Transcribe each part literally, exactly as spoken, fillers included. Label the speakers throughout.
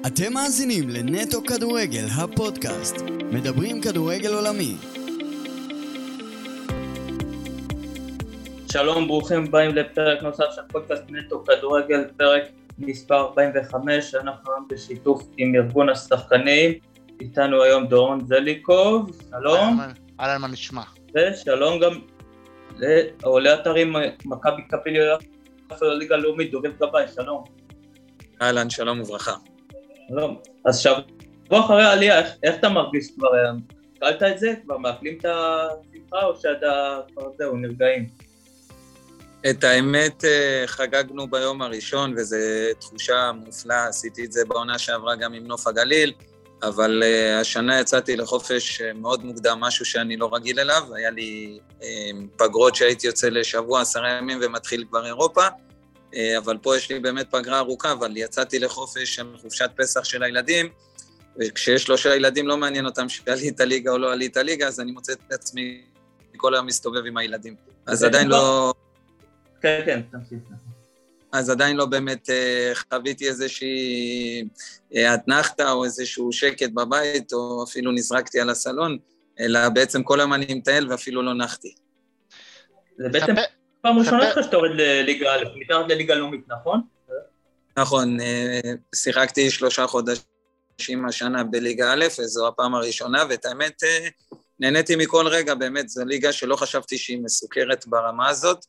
Speaker 1: אתם מאזינים לנטו כדורגל, הפודקאסט. מדברים כדורגל עולמי.
Speaker 2: שלום, ברוכים הבאים לפרק נוסף של פודקאסט נטו כדורגל, פרק מספר ארבעים וחמש, אנחנו היום בשיתוף עם ארגון השחקנים. איתנו היום דורון זליקוב, שלום.
Speaker 3: אהלן, מה נשמע?
Speaker 2: ושלום גם לעולה אתרים מכבי קפיליה ליגה לאומית, דובב גבאי, שלום.
Speaker 4: אהלן, שלום וברכה.
Speaker 2: שלום. אז שבוע אחרי העלייה, איך, איך אתה מרגיש כבר? קלת את זה? כבר מאכלים את השמחה או שאתה כבר זהו, נרגעים?
Speaker 4: את האמת חגגנו ביום הראשון, וזו תחושה מופלאה, עשיתי את זה בעונה שעברה גם עם נוף הגליל, אבל השנה יצאתי לחופש מאוד מוקדם, משהו שאני לא רגיל אליו, היה לי פגרות שהייתי יוצא לשבוע, עשרה ימים ומתחיל כבר אירופה, אבל פה יש לי באמת פגרה ארוכה, אבל יצאתי לחופש של חופשת פסח של הילדים, וכשיש שלושה ילדים לא מעניין אותם שעלי את הליגה או לא עלי את הליגה, אז אני מוצא את עצמי כל היום מסתובב עם הילדים. אז עדיין לא...
Speaker 2: כן, כן, תמשיך.
Speaker 4: אז עדיין לא באמת חוויתי איזושהי התנחתה או איזשהו שקט בבית, או אפילו נזרקתי על הסלון, אלא בעצם כל היום אני מטייל ואפילו לא נחתי.
Speaker 2: זה בעצם פעם ראשונה שלך שאתה עובד לליגה א', מתחת לליגה לאומית, נכון?
Speaker 4: נכון, שיחקתי שלושה חודשים השנה בליגה א', וזו הפעם הראשונה, ואת האמת נהניתי מכל רגע, באמת, זו ליגה שלא חשבתי שהיא מסוכרת ברמה הזאת,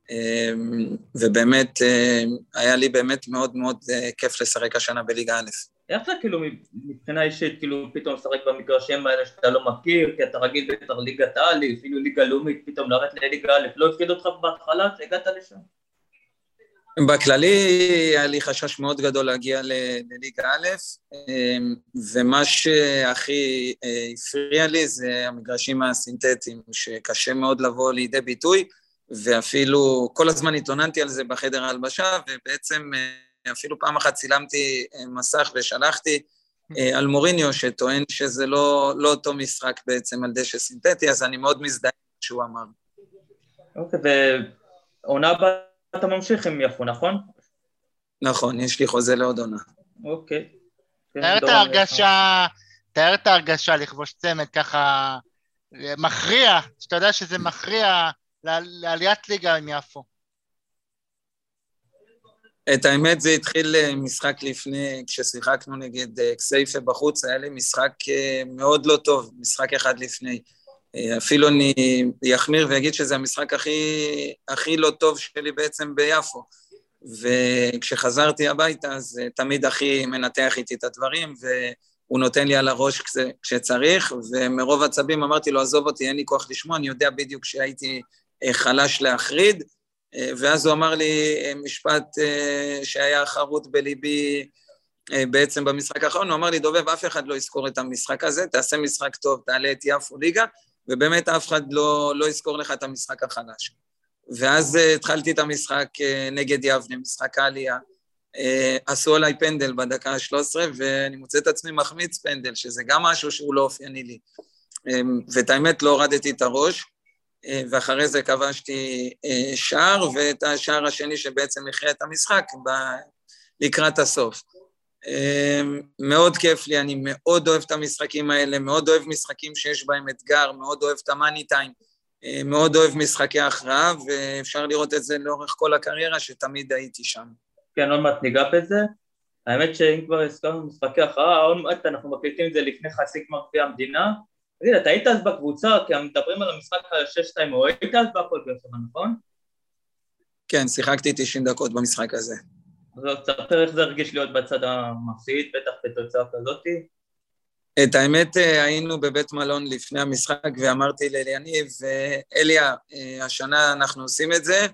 Speaker 4: ובאמת היה לי באמת מאוד מאוד כיף לשחק השנה בליגה א'.
Speaker 2: איך זה כאילו מבחינה אישית, כאילו פתאום לשחק במגרשים האלה שאתה לא מכיר, כי אתה רגיל ביותר ליגת א', אפילו ליגה לאומית, פתאום לרדת לליגה א', לא הפחיד אותך בהתחלה שהגעת לשם?
Speaker 4: בכללי היה לי חשש מאוד גדול להגיע לליגה א', ומה שהכי הפריע לי זה המגרשים הסינתטיים, שקשה מאוד לבוא לידי ביטוי, ואפילו כל הזמן התלוננתי על זה בחדר ההלבשה, ובעצם אפילו פעם אחת צילמתי מסך ושלחתי על מוריניו, שטוען שזה לא, לא אותו משחק בעצם על דשא סינתטי, אז אני מאוד מזדהה שהוא אמר.
Speaker 2: אוקיי, ועונה הבאה אתה ממשיך עם יפו, נכון?
Speaker 4: נכון, יש לי חוזה לעוד עונה.
Speaker 2: אוקיי.
Speaker 3: תאר את ההרגשה, תאר את ההרגשה לכבוש צמד ככה מכריע, שאתה יודע שזה מכריע, לעליית ליגה עם יפו.
Speaker 4: את האמת זה התחיל משחק לפני, כששיחקנו נגד כסייפה בחוץ, היה לי משחק מאוד לא טוב, משחק אחד לפני. אפילו אני יחמיר ויגיד שזה המשחק הכי, הכי לא טוב שלי בעצם ביפו. וכשחזרתי הביתה, אז תמיד הכי מנתח איתי את הדברים, והוא נותן לי על הראש כשצריך, ומרוב עצבים אמרתי לו, עזוב אותי, אין לי כוח לשמוע, אני יודע בדיוק שהייתי חלש להחריד, ואז הוא אמר לי משפט שהיה חרוט בליבי בעצם במשחק האחרון, הוא אמר לי, דובב, אף אחד לא יזכור את המשחק הזה, תעשה משחק טוב, תעלה את יפו ליגה, ובאמת אף אחד לא, לא יזכור לך את המשחק החלש. ואז התחלתי את המשחק נגד יבנה, משחק העלייה, עשו עליי פנדל בדקה ה-שלוש עשרה, ואני מוצא את עצמי מחמיץ פנדל, שזה גם משהו שהוא לא אופייני לי. ואת האמת לא הורדתי את הראש, ואחרי זה כבשתי שער, ואת השער השני שבעצם הכריע את המשחק לקראת הסוף. מאוד כיף לי, אני מאוד אוהב את המשחקים האלה, מאוד אוהב משחקים שיש בהם אתגר, מאוד אוהב את המאני טיים, מאוד אוהב משחקי הכרעה, ואפשר לראות את זה לאורך כל הקריירה שתמיד הייתי שם.
Speaker 2: כן, עוד מעט ניגע בזה. האמת שאם כבר הזכרנו משחקי הכרעה, עוד מעט אנחנו מקליטים את זה לפני חצי גמר גביע המדינה. תגיד, אתה היית אז בקבוצה, כי הם מדברים על המשחק ה-שש שתיים, או היית אז בהפועל באר שבע, נכון?
Speaker 4: כן, שיחקתי תשעים דקות במשחק הזה.
Speaker 2: אז תספר איך זה הרגיש להיות בצד המפסיד, בטח בתוצאה כזאת?
Speaker 4: את האמת, היינו בבית מלון לפני המשחק, ואמרתי לאליניב, אליה, השנה אנחנו עושים את זה,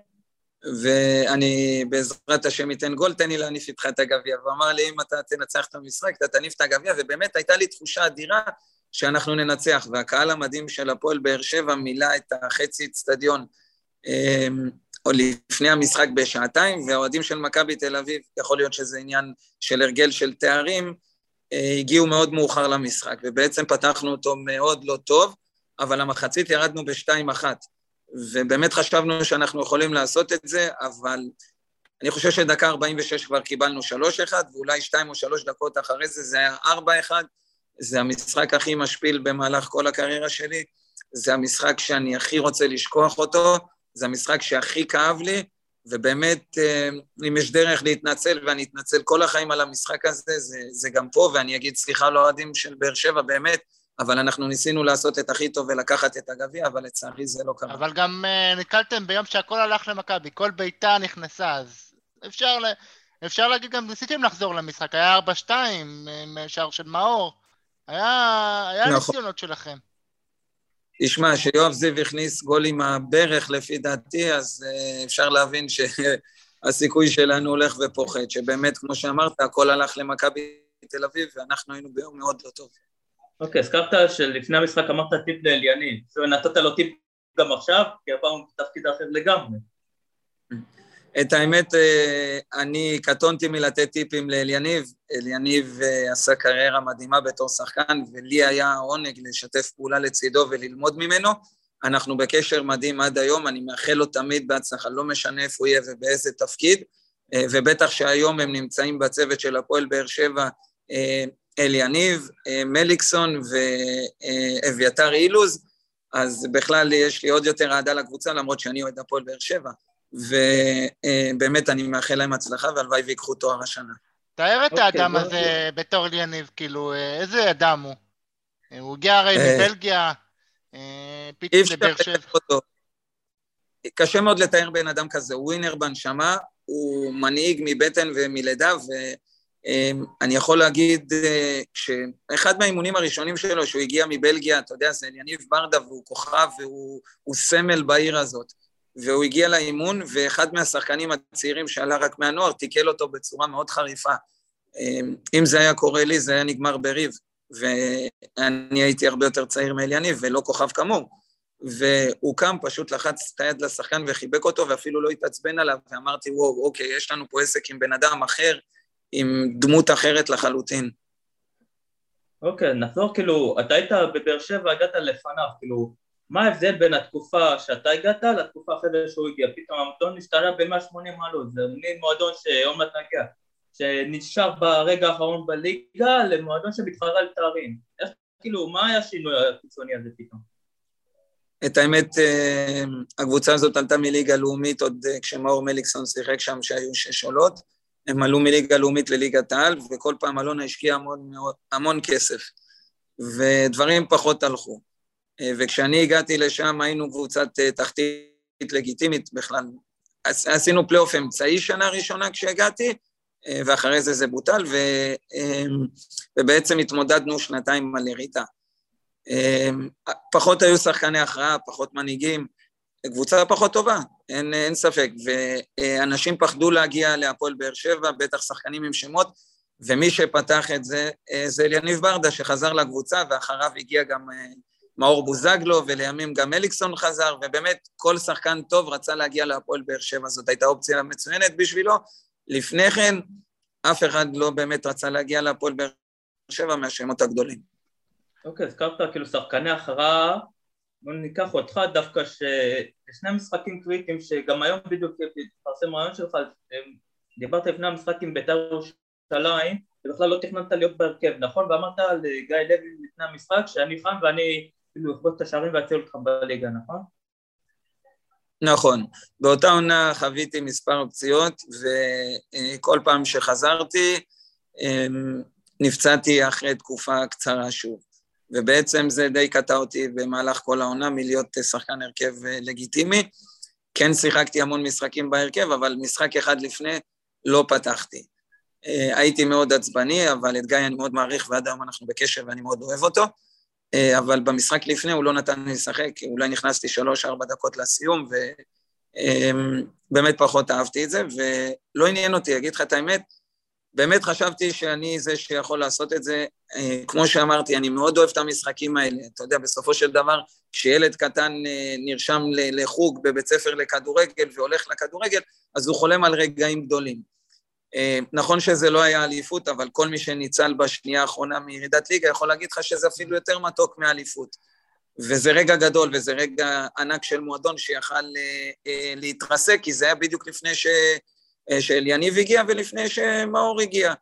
Speaker 4: ואני בעזרת השם ייתן גול, תן לי להניף איתך את הגביע, ואמר לי, אם אתה תנצח את המשחק, אתה תניף את הגביע, ובאמת הייתה לי תחושה אדירה, שאנחנו ננצח, והקהל המדהים של הפועל באר שבע מילא את החצי אצטדיון, או לפני המשחק בשעתיים, והאוהדים של מכבי תל אביב, יכול להיות שזה עניין של הרגל של תארים, הגיעו מאוד מאוחר למשחק, ובעצם פתחנו אותו מאוד לא טוב, אבל המחצית ירדנו בשתיים אחת, ובאמת חשבנו שאנחנו יכולים לעשות את זה, אבל אני חושב שדקה ארבעים ושש כבר קיבלנו שלוש אחד, ואולי שתיים או שלוש דקות אחרי זה, זה היה ארבע אחד, זה המשחק הכי משפיל במהלך כל הקריירה שלי, זה המשחק שאני הכי רוצה לשכוח אותו, זה המשחק שהכי כאב לי, ובאמת, אם יש דרך להתנצל, ואני אתנצל כל החיים על המשחק הזה, זה, זה גם פה, ואני אגיד סליחה לאוהדים של באר שבע, באמת, אבל אנחנו ניסינו לעשות את הכי טוב ולקחת את הגביע, אבל לצערי זה לא קרה.
Speaker 3: אבל גם uh, נקלתם ביום שהכל הלך למכבי, כל ביתה נכנסה, אז אפשר, לה, אפשר להגיד גם, ניסיתם לחזור למשחק, היה ארבע שתיים, שער של מאור, היה, היה
Speaker 4: נכון.
Speaker 3: ניסיונות שלכם.
Speaker 4: תשמע, שיואב זיו הכניס גול עם הברך לפי דעתי, אז uh, אפשר להבין שהסיכוי שלנו הולך ופוחד, שבאמת, כמו שאמרת, הכל הלך למכבי תל אביב, ואנחנו היינו ביום מאוד לא טוב.
Speaker 2: אוקיי, הזכרת שלפני המשחק אמרת טיפ לאליניב, ונתת לו טיפ גם עכשיו, כי הפעם הוא תפקיד אחר לגמרי.
Speaker 4: את האמת, אני קטונתי מלתת טיפים לאליניב, אליניב עשה קריירה מדהימה בתור שחקן, ולי היה עונג לשתף פעולה לצידו וללמוד ממנו, אנחנו בקשר מדהים עד היום, אני מאחל לו תמיד בהצלחה, לא משנה איפה הוא יהיה ובאיזה תפקיד, ובטח שהיום הם נמצאים בצוות של הפועל באר שבע, אליניב, מליקסון ואביתר אילוז, אז בכלל יש לי עוד יותר אהדה לקבוצה, למרות שאני אוהד הפועל באר שבע, ובאמת אני מאחל להם הצלחה, והלוואי ויקחו תואר השנה.
Speaker 3: תאר את האדם הזה בתור אליניב, כאילו, איזה אדם הוא? הוא הגיע הרי מבלגיה, פתאום לבאר שבע.
Speaker 4: קשה מאוד לתאר בן אדם כזה, הוא ווינר בנשמה, הוא מנהיג מבטן ומלידה, ו... אני יכול להגיד שאחד מהאימונים הראשונים שלו, שהוא הגיע מבלגיה, אתה יודע, זה אליניב ברדה, והוא כוכב, והוא סמל בעיר הזאת, והוא הגיע לאימון, ואחד מהשחקנים הצעירים שעלה רק מהנוער, תיקל אותו בצורה מאוד חריפה. אם זה היה קורה לי, זה היה נגמר בריב, ואני הייתי הרבה יותר צעיר מאליניב, ולא כוכב כמוהו, והוא קם, פשוט לחץ את היד לשחקן וחיבק אותו, ואפילו לא התעצבן עליו, ואמרתי, וואו, אוקיי, יש לנו פה עסק עם בן אדם אחר, עם דמות אחרת לחלוטין.
Speaker 2: אוקיי, נחזור, כאילו, אתה היית בבאר שבע, הגעת לפניו, כאילו, מה ההבדל בין התקופה שאתה הגעת לתקופה אחרת שהוא הגיע? פתאום המועדון נשתנה ב-מאה ושמונים מעלות, זה מין מועדון שעוד מעט נגיע, שנשאר ברגע האחרון בליגה למועדון שמתחרה על תארים. איך, כאילו, מה היה השינוי הקיצוני הזה פתאום?
Speaker 4: את האמת, הקבוצה הזאת עלתה מליגה לאומית, עוד כשמאור מליקסון שיחק שם שהיו שש עולות, הם עלו מליגה לאומית לליגת העל, וכל פעם אלונה השקיע המון, המון כסף, ודברים פחות הלכו. וכשאני הגעתי לשם, היינו קבוצת תחתית לגיטימית בכלל. עשינו פלייאוף אמצעי שנה ראשונה כשהגעתי, ואחרי זה זה בוטל, ו... ובעצם התמודדנו שנתיים על ירידה. פחות היו שחקני הכרעה, פחות מנהיגים, קבוצה פחות טובה, אין, אין ספק, ואנשים פחדו להגיע להפועל באר שבע, בטח שחקנים עם שמות, ומי שפתח את זה, זה אליניב ברדה, שחזר לקבוצה, ואחריו הגיע גם מאור בוזגלו, ולימים גם מליקסון חזר, ובאמת כל שחקן טוב רצה להגיע להפועל באר שבע, זאת הייתה אופציה מצוינת בשבילו, לפני כן, אף אחד לא באמת רצה להגיע להפועל באר שבע מהשמות הגדולים.
Speaker 2: אוקיי, הזכרת כאילו שחקני הכרעה, בוא ניקח אותך דווקא ששני משחקים קריטיים שגם היום בדיוק תפרסם רעיון שלך, דיברת לפני המשחק עם בית"ר ירושלים, ובכלל לא תכננת להיות בהרכב, נכון? ואמרת לגיא לוי לפני המשחק שאני חם ואני כאילו אכבוש את השערים ואציל אותך בליגה, נכון?
Speaker 4: נכון, באותה עונה חוויתי מספר פציעות, וכל פעם שחזרתי נפצעתי אחרי תקופה קצרה שוב. ובעצם זה די קטע אותי במהלך כל העונה מלהיות שחקן הרכב לגיטימי. כן שיחקתי המון משחקים בהרכב, אבל משחק אחד לפני לא פתחתי. הייתי מאוד עצבני, אבל את גיא אני מאוד מעריך, ועד היום אנחנו בקשר ואני מאוד אוהב אותו, אבל במשחק לפני הוא לא נתן לי לשחק, אולי נכנסתי שלוש ארבע דקות לסיום, ובאמת פחות אהבתי את זה, ולא עניין אותי, אגיד לך את האמת, באמת חשבתי שאני זה שיכול לעשות את זה, כמו שאמרתי, אני מאוד אוהב את המשחקים האלה, אתה יודע, בסופו של דבר, כשילד קטן נרשם לחוג בבית ספר לכדורגל והולך לכדורגל, אז הוא חולם על רגעים גדולים. נכון שזה לא היה אליפות, אבל כל מי שניצל בשנייה האחרונה מירידת ליגה, יכול להגיד לך שזה אפילו יותר מתוק מאליפות. וזה רגע גדול, וזה רגע ענק של מועדון שיכל להתרסק, כי זה היה בדיוק לפני ש... שאליניב הגיע ולפני שמאור הגיע.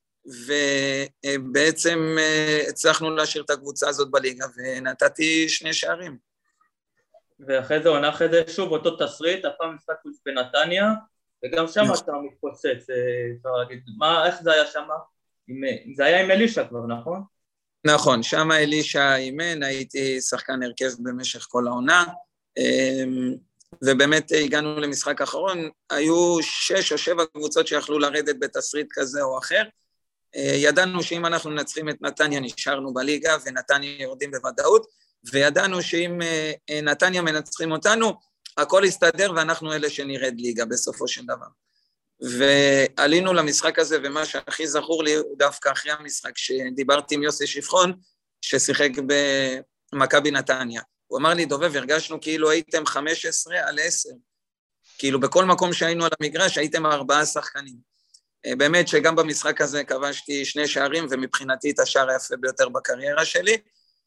Speaker 4: ובעצם הצלחנו להשאיר את הקבוצה הזאת בליגה, ונתתי שני שערים.
Speaker 2: ואחרי זה עונה אחרי זה שוב אותו תסריט, הפעם משחק בנתניה, וגם שם אתה מתפוצץ, אפשר להגיד, מה, איך זה היה שם? זה היה עם אלישע כבר, נכון?
Speaker 4: נכון, שם אלישע אימן, הייתי שחקן הרכב במשך כל העונה, ובאמת הגענו למשחק האחרון, היו שש או שבע קבוצות שיכלו לרדת בתסריט כזה או אחר, ידענו שאם אנחנו נצחים את נתניה נשארנו בליגה, ונתניה יורדים בוודאות, וידענו שאם נתניה מנצחים אותנו, הכל יסתדר ואנחנו אלה שנרד ליגה בסופו של דבר. ועלינו למשחק הזה, ומה שהכי זכור לי הוא דווקא אחרי המשחק, שדיברתי עם יוסי שפחון, ששיחק במכבי נתניה. הוא אמר לי, דובב, הרגשנו כאילו הייתם חמש עשרה על עשר, כאילו בכל מקום שהיינו על המגרש הייתם ארבעה שחקנים. באמת שגם במשחק הזה כבשתי שני שערים, ומבחינתי את השער היפה ביותר בקריירה שלי,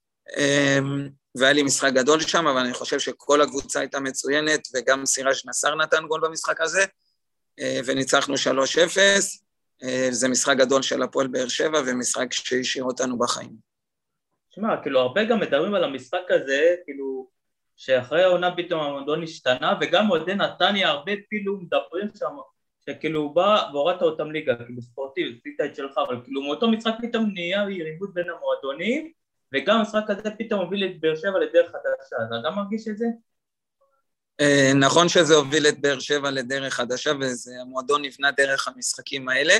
Speaker 4: והיה לי משחק גדול שם, אבל אני חושב שכל הקבוצה הייתה מצוינת, וגם סיראז' נסר נתן גול במשחק הזה, וניצחנו שלוש אפס, זה משחק גדול של הפועל באר שבע, ומשחק שהשאיר אותנו בחיים.
Speaker 2: תשמע, כאילו הרבה גם מדברים על המשחק הזה, כאילו שאחרי העונה פתאום המועדון השתנה, וגם אוהדי נתניה הרבה כאילו מדברים שם, שכאילו הוא בא והורדת אותם ליגה, כאילו ספורטיב, עשית את שלך, אבל כאילו מאותו משחק פתאום נהיה יריבות בין המועדונים, וגם המשחק הזה פתאום הוביל את באר שבע לדרך חדשה, אתה גם מרגיש את זה?
Speaker 4: נכון שזה הוביל את באר שבע לדרך חדשה, והמועדון נבנה דרך המשחקים האלה.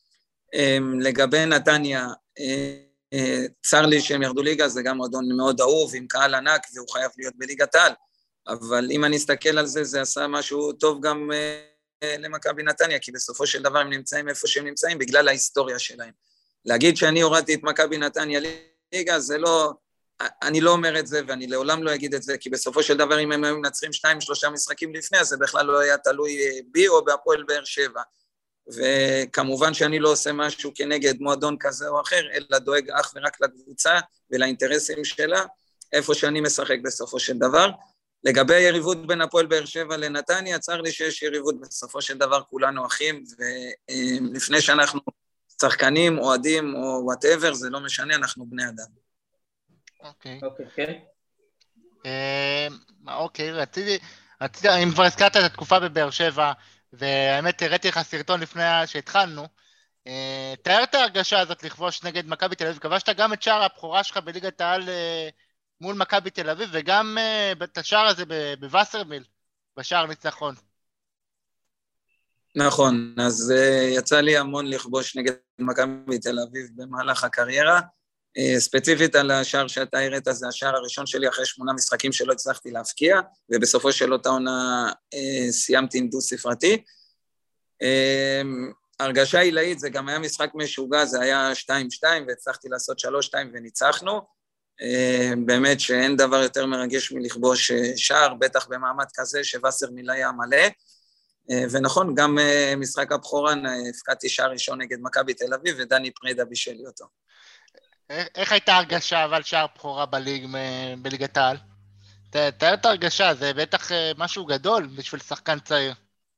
Speaker 4: לגבי נתניה, צר לי שהם ירדו ליגה, זה גם מועדון מאוד אהוב, עם קהל ענק, והוא חייב להיות בליגת העל, אבל אם אני אסתכל על זה, זה עשה משהו טוב גם למכבי נתניה, כי בסופו של דבר הם נמצאים איפה שהם נמצאים, בגלל ההיסטוריה שלהם. להגיד שאני הורדתי את מכבי נתניה ליגה, זה לא, אני לא אומר את זה, ואני לעולם לא אגיד את זה, כי בסופו של דבר, אם הם היו מנצחים שתיים, שלושה משחקים לפני, אז זה בכלל לא היה תלוי בי או בהפועל באר שבע. וכמובן שאני לא עושה משהו כנגד מועדון כזה או אחר, אלא דואג אך ורק לקבוצה ולאינטרסים שלה, איפה שאני משחק בסופו של דבר. לגבי היריבות בין הפועל באר שבע לנתניה, צר לי שיש יריבות בסופו של דבר, כולנו אחים, ולפני שאנחנו שחקנים, אוהדים או whatever, זה לא משנה, אנחנו בני אדם.
Speaker 3: אוקיי.
Speaker 2: אוקיי, כן.
Speaker 3: אוקיי, רציתי, רציתי, אם כבר הזכרת את התקופה בבאר שבע, והאמת הראיתי לך סרטון לפני שהתחלנו, תאר את ההרגשה הזאת לכבוש נגד מכבי תל אביב, כבשת גם את שער הבכורה שלך בליגת העל מול מכבי תל אביב, וגם את השער הזה בווסרמיל, בשער ניצחון.
Speaker 4: נכון, אז יצא לי המון לכבוש נגד מכבי תל אביב במהלך הקריירה, ספציפית על השער שאתה הראית, זה השער הראשון שלי אחרי שמונה משחקים שלא הצלחתי להפקיע, ובסופו של אותה עונה סיימתי עם דו ספרתי. הרגשה עילאית, זה גם היה משחק משוגע, זה היה שתיים שתיים, והצלחתי לעשות שלוש שתיים וניצחנו, באמת שאין דבר יותר מרגש מלכבוש שער, בטח במעמד כזה שווסרמיל היה מלא, ונכון, גם משחק הבכורה, הפקעתי שער ראשון נגד מכבי תל אביב, ודני פרידה בישל לי אותו.
Speaker 3: איך הייתה הרגשה אבל שער בכורה בליג, בליגת העל? תאר את הרגשה, זה בטח משהו גדול בשביל שחקן צעיר.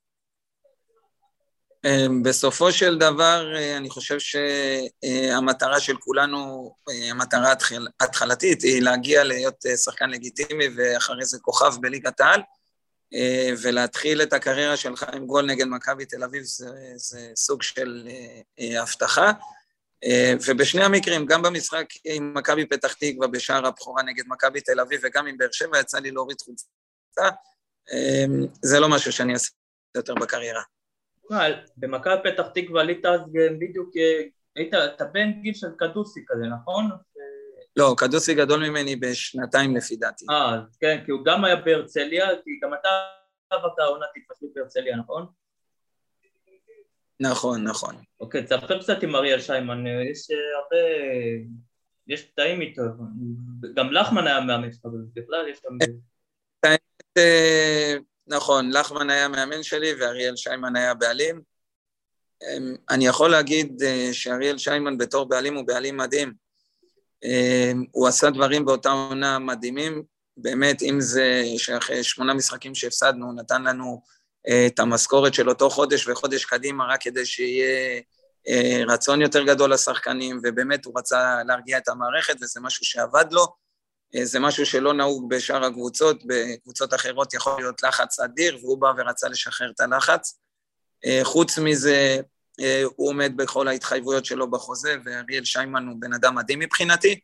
Speaker 4: בסופו של דבר, אני חושב שהמטרה של כולנו, המטרה התחלתית, היא להגיע להיות שחקן לגיטימי, ואחרי זה כוכב בליגת העל, ולהתחיל את הקריירה שלך עם גול נגד מכבי תל אביב, זה, זה סוג של הבטחה, ובשני המקרים, גם במשחק עם מכבי פתח תקווה בשער הבכורה נגד מכבי תל אביב, וגם עם באר שבע יצא לי להוריד חולצה, זה לא משהו שאני אעשה יותר בקריירה.
Speaker 2: במכבי פתח תקווה עלית אז בדיוק, היית, אתה בן גיל של קדוסי כזה, נכון?
Speaker 4: לא, קדוסי גדול ממני בשנתיים לפי דעתי.
Speaker 2: אה, כן, כי הוא גם היה בהרצליה, כי גם אתה עברת העונת התפשטות בהרצליה, נכון?
Speaker 4: נכון, נכון.
Speaker 2: אוקיי, תספר קצת עם אריאל שיימן, יש הרבה, יש פתאים איתו, גם לחמן היה מאמן שלך, בכלל יש שם...
Speaker 4: נכון, לחמן היה מאמן שלי ואריאל שיימן היה בעלים. אני יכול להגיד שאריאל שיימן בתור בעלים הוא בעלים מדהים. הוא עשה דברים באותה עונה מדהימים, באמת אם זה שאחרי שמונה משחקים שהפסדנו, הוא נתן לנו את המשכורת של אותו חודש וחודש קדימה, רק כדי שיהיה רצון יותר גדול לשחקנים, ובאמת הוא רצה להרגיע את המערכת, וזה משהו שעבד לו, זה משהו שלא נהוג בשאר הקבוצות, בקבוצות אחרות יכול להיות לחץ אדיר, והוא בא ורצה לשחרר את הלחץ. חוץ מזה, הוא עומד בכל ההתחייבויות שלו בחוזה, ואריאל שיימן הוא בן אדם מדהים מבחינתי,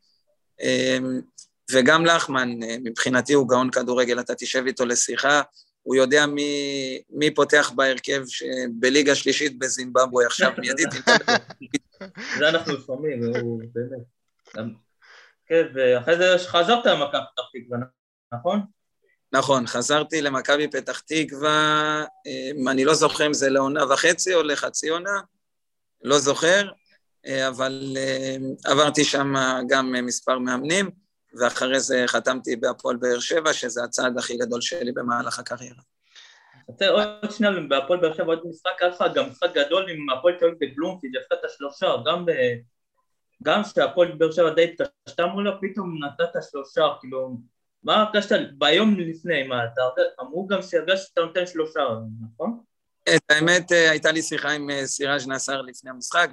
Speaker 4: וגם לחמן, מבחינתי הוא גאון כדורגל, אתה תשב איתו לשיחה, הוא יודע מי, מי פותח בהרכב בליגה שלישית בזימבבואה עכשיו מיידית.
Speaker 2: זה אנחנו שומעים, הוא באמת. כן, ואחרי זה חזרת למכבי פתח תקווה, נכון?
Speaker 4: נכון, חזרתי למכבי פתח תקווה, אני לא זוכר אם זה לעונה וחצי או לחצי עונה, לא זוכר, אבל עברתי שם גם מספר מאמנים, ואחרי זה חתמתי בהפועל באר שבע, שזה הצעד הכי גדול שלי במהלך הקריירה.
Speaker 2: עוד שנייה, בהפועל באר שבע עוד משחק אלפא, גם משחק גדול עם הפועל תל אביב בבלומפילד, הפתעת שלושה, גם ב... גם שהפועל באר שבע די התקשתה מולה, פתאום נתת שלושה, כאילו, מה הרגשת ביום לפני, מה, אתה אמרו גם שהרגשת שאתה נותן שלושה, נכון?
Speaker 4: את האמת, הייתה לי שיחה עם סיראז' נאסר לפני המשחק,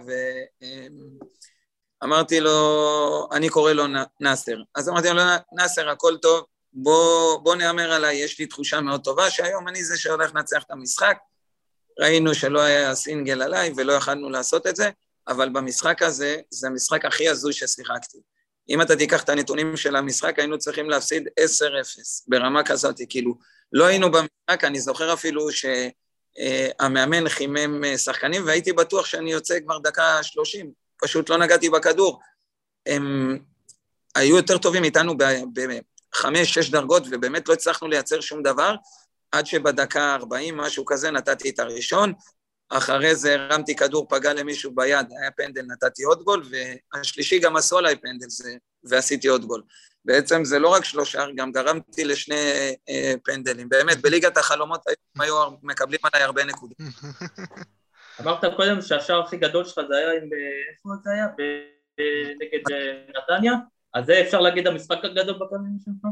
Speaker 4: ואמרתי לו, אני קורא לו נאסר, אז אמרתי לו, נאסר, הכל טוב, בוא, בוא נאמר עליי, יש לי תחושה מאוד טובה, שהיום אני זה שהולך לנצח את המשחק, ראינו שלא היה סינגל עליי, ולא יכולנו לעשות את זה, אבל במשחק הזה, זה המשחק הכי הזוי ששיחקתי. אם אתה תיקח את הנתונים של המשחק, היינו צריכים להפסיד עשר אפס, ברמה כזאת, כאילו, לא היינו במשחק, אני זוכר אפילו שהמאמן חימם שחקנים, והייתי בטוח שאני יוצא כבר דקה שלושים, פשוט לא נגעתי בכדור. הם היו יותר טובים איתנו בחמש, שש דרגות, ובאמת לא הצלחנו לייצר שום דבר, עד שבדקה ארבעים, משהו כזה, נתתי את הראשון, אחרי זה הרמתי כדור, פגע למישהו ביד, היה פנדל, נתתי עוד גול, והשלישי גם עשו עליי פנדל, זה, ועשיתי עוד גול. בעצם זה לא רק שלושה, גם גרמתי לשני אה, פנדלים. באמת, בליגת החלומות היו מקבלים עליי הרבה נקודות.
Speaker 2: אמרת קודם שהשער הכי גדול שלך זה היה, איפה זה היה? נגד נתניה? אז זה אפשר להגיד המשחק הגדול בפעמים שלך?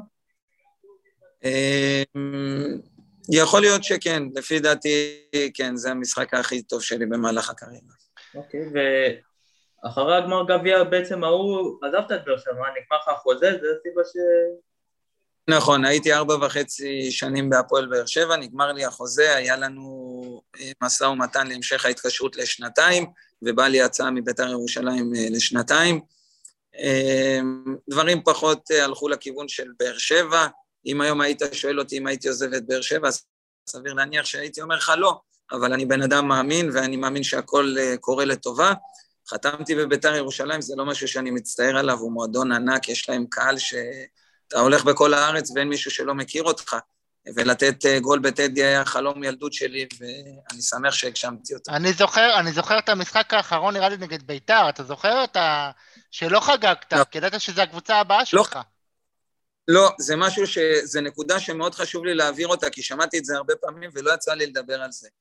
Speaker 4: יכול להיות שכן, לפי דעתי, כן, זה המשחק הכי טוב שלי במהלך הקריירה.
Speaker 2: אוקיי, ואחרי הגמר גביע בעצם ההוא, עזבת את באר שבע, נגמר לך החוזה, זה הסיבה ש...
Speaker 4: נכון, הייתי ארבע וחצי שנים בהפועל באר שבע, נגמר לי החוזה, היה לנו משא ומתן להמשך ההתקשרות לשנתיים, ובא לי הצעה מבית"ר ירושלים לשנתיים. דברים פחות הלכו לכיוון של באר שבע, אם היום היית שואל אותי אם הייתי עוזב את באר שבע, סביר להניח שהייתי אומר לך לא, אבל אני בן אדם מאמין, ואני מאמין שהכל קורה לטובה. חתמתי בבית"ר ירושלים, זה לא משהו שאני מצטער עליו, הוא מועדון ענק, יש להם קהל שאתה הולך בכל הארץ ואין מישהו שלא מכיר אותך, ולתת גול בטדי היה חלום ילדות שלי, ואני שמח שהגשמתי אותו.
Speaker 3: אני זוכר, אני זוכר את המשחק האחרון, נראה לי נגד בית"ר, אתה זוכר את ה... שלא חגגת, לא. כי ידעת שזו הקבוצה הבאה שלך.
Speaker 4: לא. לא, זה משהו ש... זה נקודה שמאוד חשוב לי להעביר אותה, כי שמעתי את זה הרבה פעמים ולא יצא לי לדבר על זה.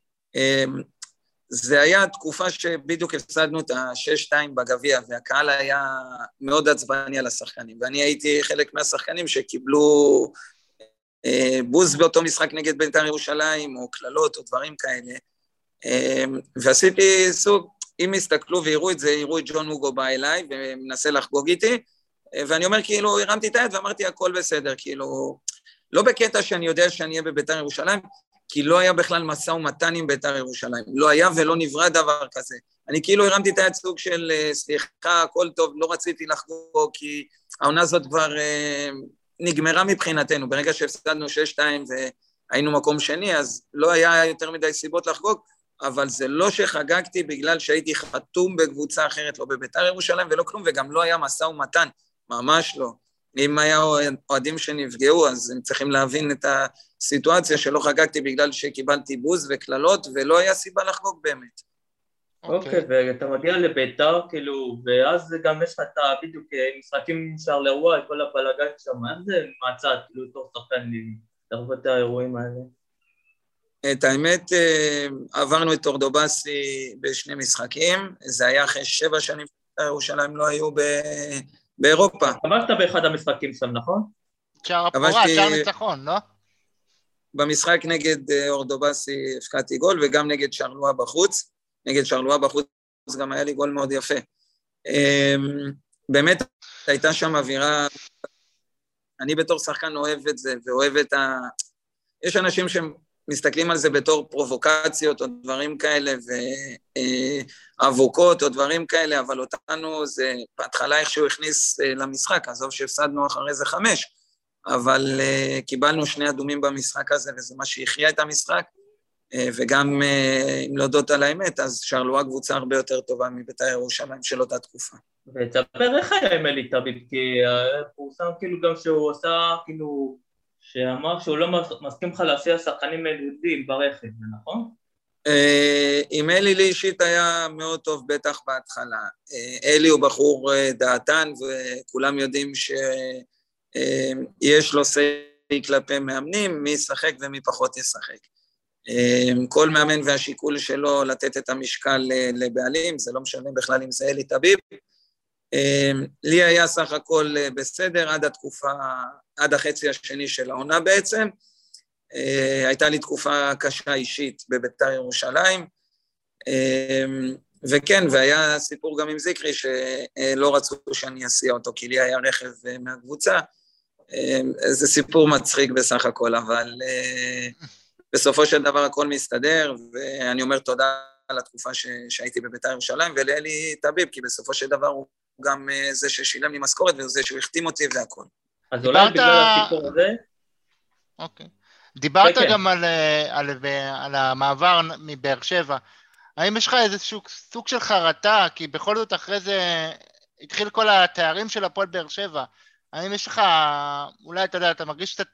Speaker 4: זה היה תקופה שבדיוק הפסדנו את ה-שש שתיים בגביע, והקהל היה מאוד עצבני על השחקנים, ואני הייתי חלק מהשחקנים שקיבלו בוז באותו משחק נגד בית"ר ירושלים, או כללות או דברים כאלה, ועשיתי סוג, אם יסתכלו ויראו את זה, יראו את ג'ון הוגו בא אליי, ומנסה לחגוג איתי, ואני אומר, כאילו, הרמתי את היד ואמרתי, הכל בסדר, כאילו, לא בקטע שאני יודע שאני אהיה בבית"ר ירושלים, כי לא היה בכלל משא ומתן עם בית"ר ירושלים, לא היה ולא נברא דבר כזה. אני כאילו הרמתי את היד סוג של, סליחה, הכל טוב, לא רציתי לחגוג, כי העונה הזאת כבר אה, נגמרה מבחינתנו, ברגע שהפסדנו שש שתיים והיינו מקום שני, אז לא היה יותר מדי סיבות לחגוג, אבל זה לא שחגגתי בגלל שהייתי חתום בקבוצה אחרת, לא בבית"ר ירושלים ולא כלום, וגם לא היה משא ומתן, ממש לא. אם היה אוהדים שנפגעו, אז הם צריכים להבין את הסיטואציה שלא חגגתי בגלל שקיבלתי בוז וכללות, ולא היה סיבה לחגוג באמת.
Speaker 2: אוקיי, ואתה מגיע לבית"ר, כאילו, ואז גם יש לך את בדיוק משחקים שרלרואה, כל הפלגן שם, איך זה מצאת, כאילו, תוך שחקן לראות את האירועים האלה?
Speaker 4: את האמת, עברנו את אורדובסי בשני משחקים, זה היה אחרי שבע שנים, ירושלים לא היו ב... באירופה.
Speaker 2: כבשת באחד המשחקים שם, נכון?
Speaker 3: שער הפורה, שער ניצחון, לא?
Speaker 4: במשחק נגד אורדובסי הפקעתי גול, וגם נגד שרלואה בחוץ, נגד שרלואה בחוץ גם היה לי גול מאוד יפה. באמת הייתה שם אווירה, אני בתור שחקן אוהב את זה, ואוהב את ה... יש אנשים שמסתכלים על זה בתור פרובוקציות או דברים כאלה, ואבוקות או דברים כאלה, אבל אותנו זה בהתחלה איכשהו הכניס למשחק, עזוב שהפסדנו אחרי זה חמש, אבל uh, קיבלנו שני אדומים במשחק הזה, וזה מה שהכריע את המשחק, uh, וגם uh, אם להודות על האמת, אז שרלואה קבוצה הרבה יותר טובה מבית"ר ירושלים של אותה תקופה.
Speaker 2: ותספר איך היה עם אלי טביב, כי פורסם כאילו גם שהוא עושה, כאילו, שאמר שהוא לא מסכים לך להסיע שחקנים יהודים ברכב, זה נכון?
Speaker 4: Uh, עם אלי לי אישית היה מאוד טוב בטח בהתחלה. Uh, אלי הוא בחור uh, דעתן, וכולם יודעים ש... יש לו סי כלפי מאמנים, מי ישחק ומי פחות ישחק. כל מאמן והשיקול שלו לתת את המשקל לבעלים, זה לא משנה בכלל אם זה אלי טביב. לי היה סך הכל בסדר עד התקופה, עד החצי השני של העונה בעצם. הייתה לי תקופה קשה אישית בבית"ר ירושלים, וכן, והיה סיפור גם עם זיקרי שלא רצו שאני אסיע אותו, כי לי היה רכב מהקבוצה. זה סיפור מצחיק בסך הכל, אבל בסופו של דבר הכל מסתדר, ואני אומר תודה על התקופה שהייתי בבית"ר ירושלים, ולאלי טביב, כי בסופו של דבר הוא גם זה ששילם לי משכורת, וזה שהוא החתים אותי והכל.
Speaker 2: אז אולי בגלל הסיפור הזה?
Speaker 3: אוקיי. דיברת גם על המעבר מבאר שבע. האם יש לך איזשהו סוג של חרטה, כי בכל זאת אחרי זה התחיל כל התארים של הפועל באר שבע, האם יש לך, אולי אתה יודע, אתה מרגיש שאתה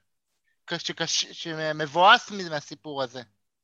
Speaker 3: שמבואס מהסיפור הזה?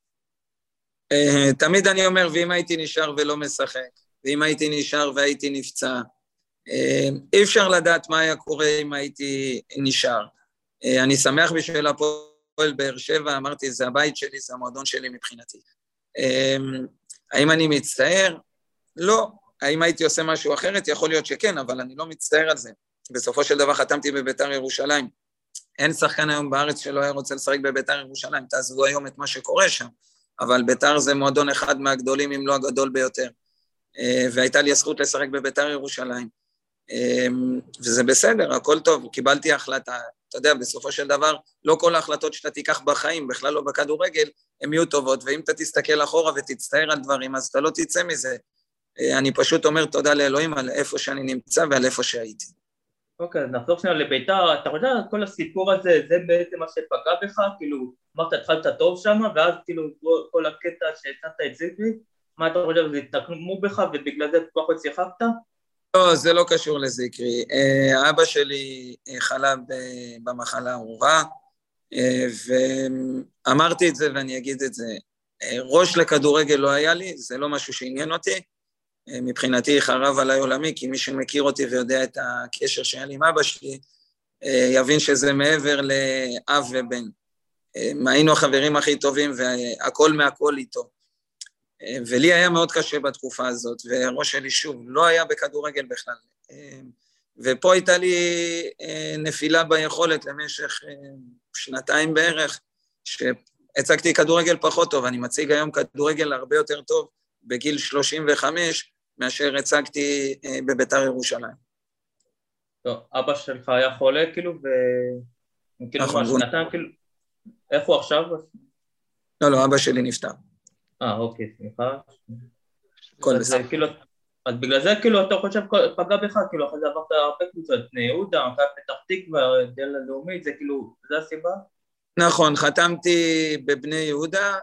Speaker 4: תמיד אני אומר, ואם הייתי נשאר ולא משחק, ואם הייתי נשאר והייתי נפצע, אי אפשר לדעת מה היה קורה אם הייתי נשאר. אני שמח בשביל הפועל באר שבע, אמרתי, זה הבית שלי, זה המועדון שלי מבחינתי. האם אני מצטער? לא. האם הייתי עושה משהו אחרת? יכול להיות שכן, אבל אני לא מצטער על זה. בסופו של דבר חתמתי בבית"ר ירושלים. אין שחקן היום בארץ שלא היה רוצה לשחק בבית"ר ירושלים, תעזבו היום את מה שקורה שם, אבל בית"ר זה מועדון אחד מהגדולים, אם לא הגדול ביותר. והייתה לי הזכות לשחק בבית"ר ירושלים. וזה בסדר, הכל טוב, קיבלתי החלטה. אתה יודע, בסופו של דבר, לא כל ההחלטות שאתה תיקח בחיים, בכלל לא בכדורגל, הן יהיו טובות, ואם אתה תסתכל אחורה ותצטער על דברים, אז אתה לא תצא מזה. אני פשוט אומר תודה לאלוהים על איפה שאני נמצא ועל איפה שהייתי.
Speaker 2: אוקיי, אז נחזור שנייה לבית"ר, אתה יודע, כל הסיפור הזה, זה בעצם מה שפגע בך, כאילו, אמרת, התחלת טוב שם, ואז כאילו כל הקטע שהצעת את זיקרי, מה אתה חושב, זה התנקמו בך, ובגלל זה פחות שיחקת?
Speaker 4: לא, זה לא קשור לזיקרי. אבא שלי חלה במחלה הארורה, ואמרתי את זה ואני אגיד את זה, ראש לכדורגל לא היה לי, זה לא משהו שעניין אותי, מבחינתי חרב עליי עולמי, כי מי שמכיר אותי ויודע את הקשר שהיה לי עם אבא שלי, יבין שזה מעבר לאב ובן. היינו החברים הכי טובים והכל מהכל איתו. ולי היה מאוד קשה בתקופה הזאת, וראש שלי שוב לא היה בכדורגל בכלל. ופה הייתה לי נפילה ביכולת למשך שנתיים בערך, שהצגתי כדורגל פחות טוב, אני מציג היום כדורגל הרבה יותר טוב בגיל שלושים וחמש, מאשר הצגתי בבית"ר ירושלים.
Speaker 2: טוב, אבא שלך היה חולה כאילו, וכאילו מה שנתיים, כאילו, איך הוא עכשיו?
Speaker 4: לא, לא, אבא שלי נפטר.
Speaker 2: אה, אוקיי, סליחה.
Speaker 4: כל בסדר.
Speaker 2: אז בגלל זה כאילו אתה חושב פגע בך, כאילו אחרי זה עברת הרבה קבוצות, בני יהודה, מכבי פתח תקווה, דלה לאומית, זה כאילו, זה הסיבה?
Speaker 4: נכון, חתמתי בבני יהודה,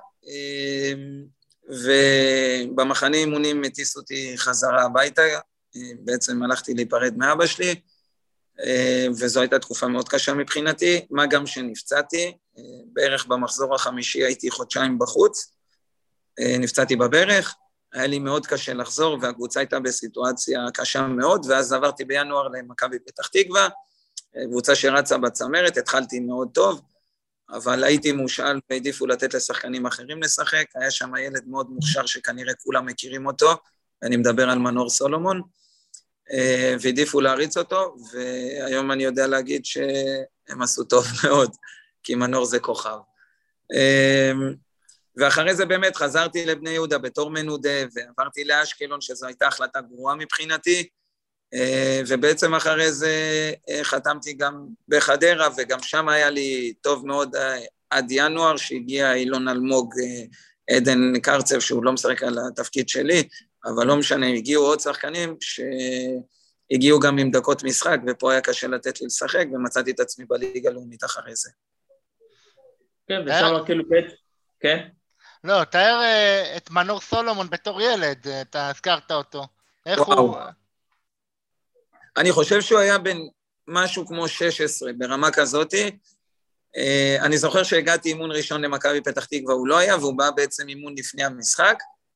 Speaker 4: ובמחנה אימונים הטיס אותי חזרה הביתה, בעצם הלכתי להיפרד מאבא שלי, וזו הייתה תקופה מאוד קשה מבחינתי, מה גם שנפצעתי, בערך במחזור החמישי הייתי חודשיים בחוץ, נפצעתי בברך, היה לי מאוד קשה לחזור, והקבוצה הייתה בסיטואציה קשה מאוד, ואז עברתי בינואר למכבי פתח תקווה, קבוצה שרצה בצמרת, התחלתי מאוד טוב, אבל הייתי מושאל והעדיפו לתת לשחקנים אחרים לשחק, היה שם ילד מאוד מוכשר שכנראה כולם מכירים אותו, ואני מדבר על מנור סולומון, והעדיפו להריץ אותו, והיום אני יודע להגיד שהם עשו טוב מאוד, כי מנור זה כוכב. ואחרי זה באמת חזרתי לבני יהודה בתור מנודה, ועברתי לאשקלון, שזו הייתה החלטה גרועה מבחינתי, ובעצם אחרי זה חתמתי גם בחדרה, וגם שם היה לי טוב מאוד עד ינואר, שהגיע אילון אלמוג, עדן קרצב, שהוא לא משחק על התפקיד שלי, אבל לא משנה, הגיעו עוד שחקנים שהגיעו גם עם דקות משחק, ופה היה קשה לתת לי לשחק, ומצאתי את עצמי בליגה הלאומית אחרי זה.
Speaker 2: כן, ושם כאילו פט, כן?
Speaker 3: לא, תאר את מנור סולומון בתור ילד, אתה הזכרת אותו. איך הוא...
Speaker 4: אני חושב שהוא היה בין משהו כמו שש עשרה, ברמה כזאת. אני זוכר שהגעתי אימון ראשון למכבי פתח תקווה, הוא לא היה, והוא בא בעצם אימון לפני המשחק,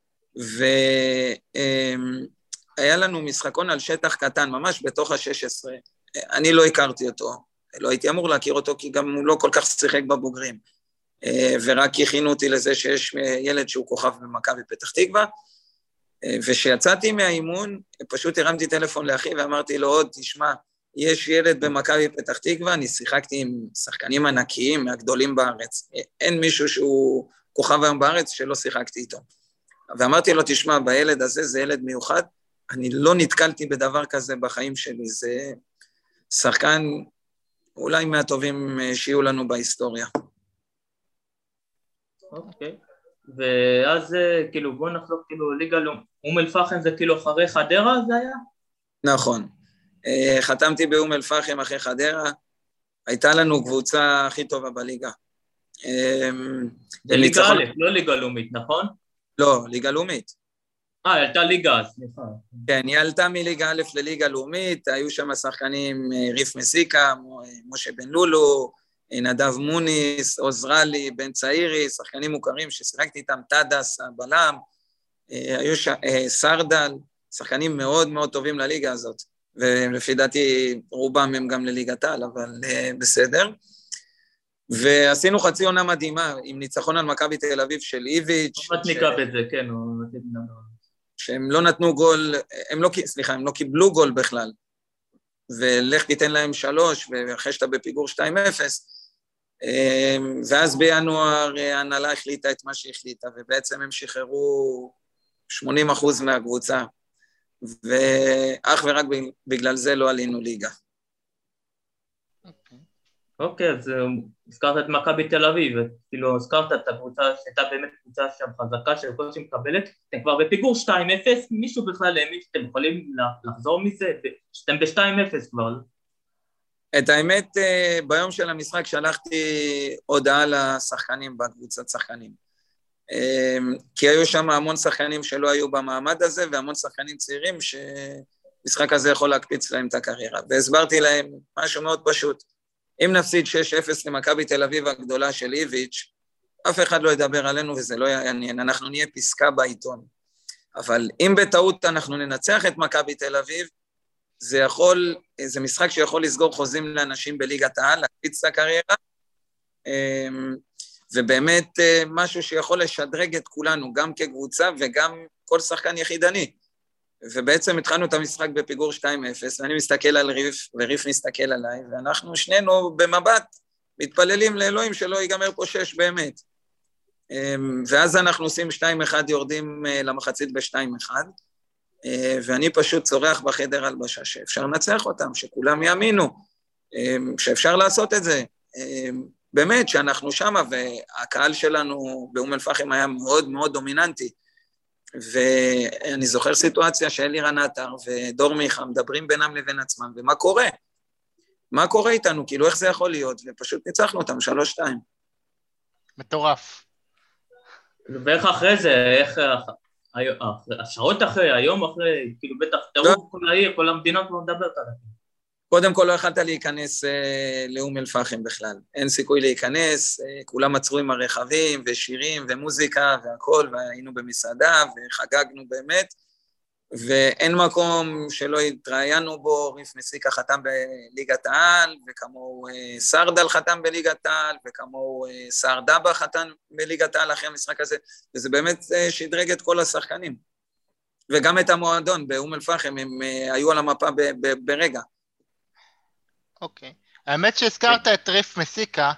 Speaker 4: והיה לנו משחקון על שטח קטן, ממש בתוך ה-שש עשרה. אני לא הכרתי אותו, לא הייתי אמור להכיר אותו, כי גם הוא לא כל כך שיחק בבוגרים, ורק הכינו אותי לזה שיש ילד שהוא כוכב במכבי פתח תקווה, ושיצאתי מהאימון, פשוט הרמתי טלפון לאחי ואמרתי לו עוד, תשמע, יש ילד במכבי פתח תקווה, אני שיחקתי עם שחקנים ענקיים מהגדולים בארץ, אין מישהו שהוא כוכב היום בארץ שלא שיחקתי איתו. ואמרתי לו, תשמע, בילד הזה זה ילד מיוחד, אני לא נתקלתי בדבר כזה בחיים שלי, זה שחקן אולי מהטובים שיהיו לנו בהיסטוריה.
Speaker 2: אוקיי. ואז כאילו בוא נחלוק כאילו ליגה אום אל-פחם זה כאילו אחרי חדרה זה היה?
Speaker 4: נכון, חתמתי באום אל-פחם אחרי חדרה, הייתה לנו קבוצה הכי טובה בליגה.
Speaker 2: זה ליגה א', לא ליגה לאומית, נכון?
Speaker 4: לא, ליגה לאומית.
Speaker 2: אה, עלתה ליגה, סליחה.
Speaker 4: כן, היא עלתה מליגה א' לליגה לאומית, היו שם שחקנים ריף מסיקה, משה בן לולו, נדב מוניס, עוזרלי, בן צעירי, שחקנים מוכרים ששיחקתי איתם, תדס, בלם, היו ש... סרדל, שחקנים מאוד מאוד טובים לליגה הזאת, ולפי דעתי רובם הם גם לליגת העל, אבל בסדר. ועשינו חצי עונה מדהימה, עם ניצחון על מכבי תל אביב של איביץ'.
Speaker 2: לא מתניקה בזה, כן.
Speaker 4: שהם לא נתנו גול, הם לא, סליחה, הם לא קיבלו גול בכלל, ולך תיתן להם שלוש, ואחרי שאתה בפיגור שתיים אפס, ואז בינואר ההנהלה החליטה את מה שהחליטה, ובעצם הם שחררו שמונים אחוז מהקבוצה, ואך ורק בגלל זה לא עלינו ליגה.
Speaker 2: אוקיי, אז הזכרת את מכבי תל אביב, כאילו הזכרת את הקבוצה, שהייתה באמת קבוצה שם חזקה של כל שמקבלת, אתם כבר בפיגור שתיים אפס, מישהו בכלל האמין שאתם יכולים לחזור מזה, שאתם ב-שתיים אפס כבר.
Speaker 4: את האמת, ביום של המשחק שלחתי הודעה לשחקנים בקבוצת שחקנים, כי היו שם המון שחקנים שלא היו במעמד הזה, והמון שחקנים צעירים שמשחק הזה יכול להקפיץ להם את הקריירה, והסברתי להם משהו מאוד פשוט, אם נפסיד שש אפס למכבי תל אביב הגדולה של איביץ', אף אחד לא ידבר עלינו וזה לא יעניין, אנחנו נהיה פסקה בעיתון. אבל אם בטעות אנחנו ננצח את מכבי תל אביב, זה יכול, זה משחק שיכול לסגור חוזים לאנשים בליגת העל, להקפיץ את הקריירה, ובאמת משהו שיכול לשדרג את כולנו, גם כקבוצה וגם כל שחקן יחידני. ובעצם התחלנו את המשחק בפיגור שתיים אפס, ואני מסתכל על ריף, וריף מסתכל עליי, ואנחנו שנינו במבט מתפללים לאלוהים שלא ייגמר פה שש באמת. ואז אנחנו עושים שתיים אחד, יורדים למחצית ב-שתיים אחד, ואני פשוט צורח בחדר הלבשה שאפשר לנצח אותם, שכולם יאמינו, שאפשר לעשות את זה. באמת שאנחנו שמה, והקהל שלנו באום אל-פחם היה מאוד מאוד דומיננטי, ואני זוכר סיטואציה שאלירן עטר ודור מיכה מדברים בינם לבין עצמם, ומה קורה? מה קורה איתנו? כאילו איך זה יכול להיות? ופשוט ניצחנו אותם, שלוש שתיים.
Speaker 3: מטורף.
Speaker 2: ואיך אחרי זה, איך, השעות אחרי, היום אחרי, כאילו בטח תראו כל העיר, כל המדינה כבר מדברת עליהם.
Speaker 4: קודם כל לא יכלת להיכנס אה, לאום אל-פחם בכלל, אין סיכוי להיכנס, אה, כולם עצרו עם הרכבים ושירים ומוזיקה והכל, והיינו במסעדה וחגגנו באמת, ואין מקום שלא התראיינו בו, ריף מסיקה חתם בליגת העל, וכמו אה, סרדל חתם בליגת העל, וכמו אה, סער דבא חתם בליגת העל אחרי המשחק הזה, וזה באמת אה, שדרג את כל השחקנים, וגם את המועדון באום אל-פחם, הם אה, היו על המפה ב- ב- ברגע.
Speaker 3: אוקיי. האמת שהזכרת את ריף מסיקה,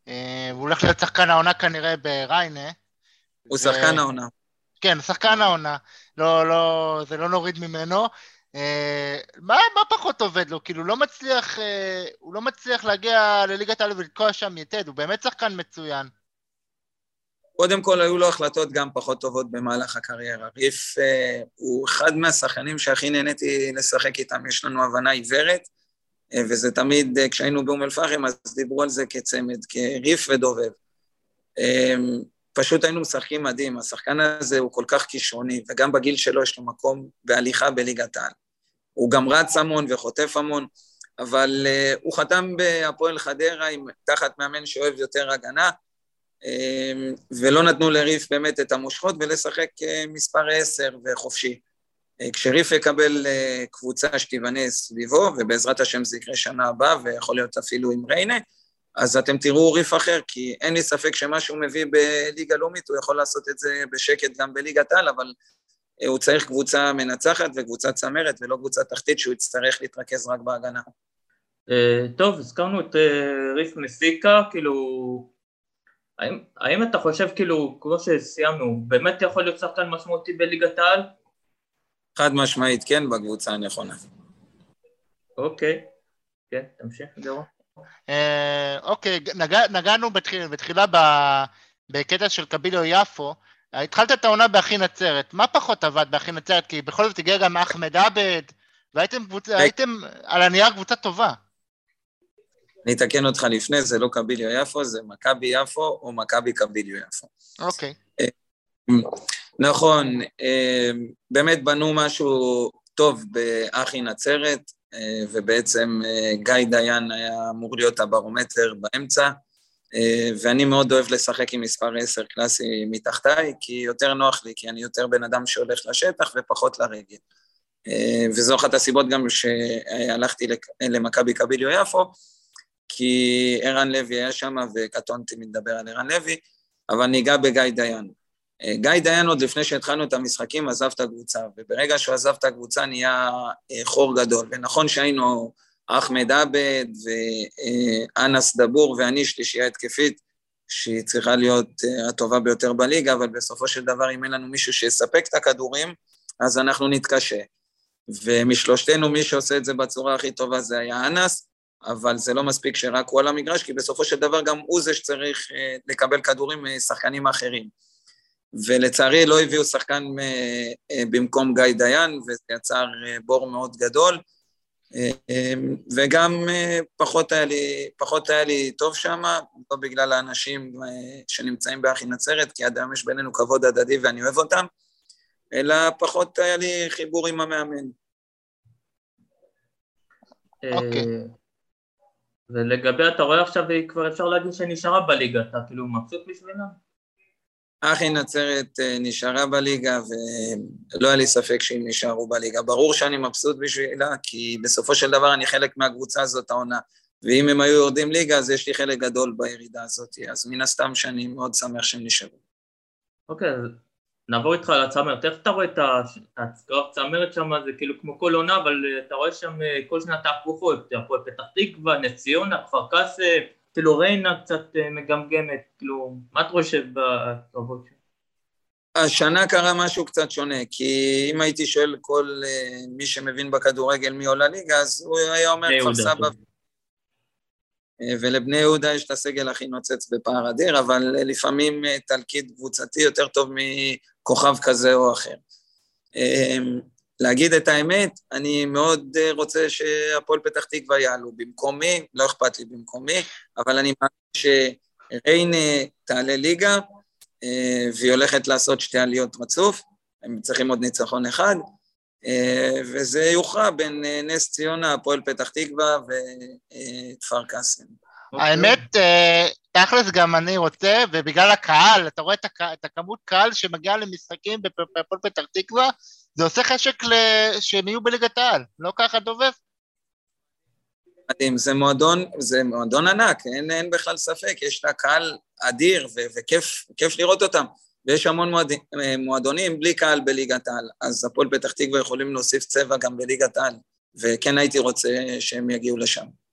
Speaker 3: הוא הולך להיות שחקן העונה כנראה בריינה.
Speaker 4: הוא שחקן העונה.
Speaker 3: כן, הוא שחקן העונה. לא, לא, זה לא נוריד ממנו. מה, מה פחות עובד לו? כאילו, לא מצליח, הוא לא מצליח להגיע לליגת העל ולתקוע שם יתד, הוא באמת שחקן מצוין.
Speaker 4: קודם כל, היו לו החלטות גם פחות טובות במהלך הקריירה. ריף אה, הוא אחד מהשחקנים שהכי נהניתי לשחק איתם, יש לנו הבנה עיוורת, אה, וזה תמיד, אה, כשהיינו באום אל-פחם, אז דיברו על זה כצמד, כריף ודובב. אה, פשוט היינו משחקים מדהים, השחקן הזה הוא כל כך כישרוני, וגם בגיל שלו יש לו מקום בהליכה בליגת העל. הוא גם רץ המון וחוטף המון, אבל אה, הוא חתם בהפועל חדרה, עם, תחת מאמן שאוהב יותר הגנה, ולא נתנו לריף באמת את המושכות, ולשחק מספר עשר וחופשי. כשריף יקבל קבוצה שתיבנה סביבו, ובעזרת השם זה יקרה שנה הבאה, ויכול להיות אפילו עם ריינה, אז אתם תראו ריף אחר, כי אין לי ספק שמה שהוא מביא בליגה לאומית, הוא יכול לעשות את זה בשקט גם בליגת העל, אבל הוא צריך קבוצה מנצחת וקבוצה צמרת, ולא קבוצה תחתית שהוא יצטרך להתרכז רק בהגנה.
Speaker 2: טוב, הזכרנו את ריף מסיקה, כאילו... האם, האם אתה חושב כאילו, כמו שסיימנו, באמת יכול להיות שחקן משמעותי בליגת העל?
Speaker 4: חד משמעית, כן, בקבוצה הנכונה.
Speaker 2: אוקיי, כן, תמשיך, גרו.
Speaker 3: אוקיי, נגענו בתחילה בקטע של קביליו יפו, התחלת את העונה באחי נצרת, מה פחות עבד באחי נצרת? כי בכל זאת הגיע גם אחמד עבד, והייתם על הנייר קבוצה טובה.
Speaker 4: אני אתקן אותך לפני, זה לא קביליו יפו, זה מכבי יפו או מכבי קביליו יפו.
Speaker 3: אוקיי.
Speaker 4: נכון, באמת בנו משהו טוב באחי נצרת, ובעצם גיא דיין היה אמור להיות הברומטר באמצע, ואני מאוד אוהב לשחק עם מספר עשר קלאסי מתחתיי, כי יותר נוח לי, כי אני יותר בן אדם שהולך לשטח ופחות לרגל. וזו אחת הסיבות גם שהלכתי למכבי קביליו יפו, כי ערן לוי היה שם, וקטונתי מדבר על ערן לוי, אבל ניגע בגיא דיין. גיא דיין עוד לפני שהתחלנו את המשחקים, עזב את הקבוצה, וברגע שהוא עזב את הקבוצה נהיה חור גדול, ונכון שהיינו אחמד עבד, ואנס דבור, ואני שלישייה התקפית, שהיא צריכה להיות הטובה ביותר בליגה, אבל בסופו של דבר, אם אין לנו מישהו שיספק את הכדורים, אז אנחנו נתקשה. ומשלושתנו, מי שעושה את זה בצורה הכי טובה, זה היה אנס, אבל זה לא מספיק שרק הוא על המגרש, כי בסופו של דבר גם הוא זה שצריך לקבל כדורים משחקנים אחרים. ולצערי לא הביאו שחקן במקום גיא דיין, וזה יצר בור מאוד גדול, וגם פחות היה לי, פחות היה לי טוב שם, לא בגלל האנשים שנמצאים באחי נצרת, כי עד היום יש בינינו כבוד הדדי ואני אוהב אותם, אלא פחות היה לי חיבור עם המאמן.
Speaker 3: אוקיי.
Speaker 2: ולגבי, אתה רואה עכשיו, כבר אפשר להגיד שנשארה בליגה, אתה כאילו מבסוט בשבילה?
Speaker 4: אחי נצרת נשארה בליגה, ולא היה לי ספק שהם נשארו בליגה. ברור שאני מבסוט בשבילה, כי בסופו של דבר אני חלק מהקבוצה הזאת העונה, ואם הם היו יורדים ליגה, אז יש לי חלק גדול בירידה הזאת, אז מן הסתם שאני מאוד שמח שהם נשארו.
Speaker 2: אוקיי, אז נעבור איתך על הצמרת. איך אתה רואה את הצמרת שם, זה כאילו כמו כל עונה, אבל אתה רואה שם כל שנה תהפוכות, הפועל פתח תקווה, נס ציונה, כפר קאסם, כאילו ריינה קצת מגמגמת, כאילו, מה אתה חושב בקרבות שם?
Speaker 4: השנה קרה משהו קצת שונה, כי אם הייתי שואל כל מי שמבין בכדורגל מי עולה ליגה, אז הוא היה אומר כפר סבא. ולבני יהודה יש את הסגל הכי נוצץ בפער אדיר, אבל לפעמים תלכיד קבוצתי יותר טוב מכוכב כזה או אחר. להגיד את האמת, אני מאוד רוצה שהפועל פתח תקווה יעלו במקומי, לא אכפת לי במקומי, אבל אני מאמין שריינה תעלה ליגה, והיא הולכת לעשות שתי עליות רצוף, הם צריכים עוד ניצחון אחד, וזה יוכרע בין נס ציונה, הפועל פתח תקווה וכפר קאסם.
Speaker 3: האמת, תכלס גם אני רוצה, ובגלל הקהל, אתה רואה את הכמות קהל שמגיעה למשחקים בפועל פתח תקווה, זה עושה חשק שהם יהיו בליגת העל, לא ככה דובב?
Speaker 4: מדהים, זה מועדון, זה מועדון ענק, אין, אין בכלל ספק, יש לה קהל אדיר ו- וכיף, כיף לראות אותם, ויש המון מועד, מועדונים בלי קהל בליגת העל, אז הפועל פתח תקווה יכולים להוסיף צבע גם בליגת העל, וכן הייתי רוצה שהם יגיעו לשם.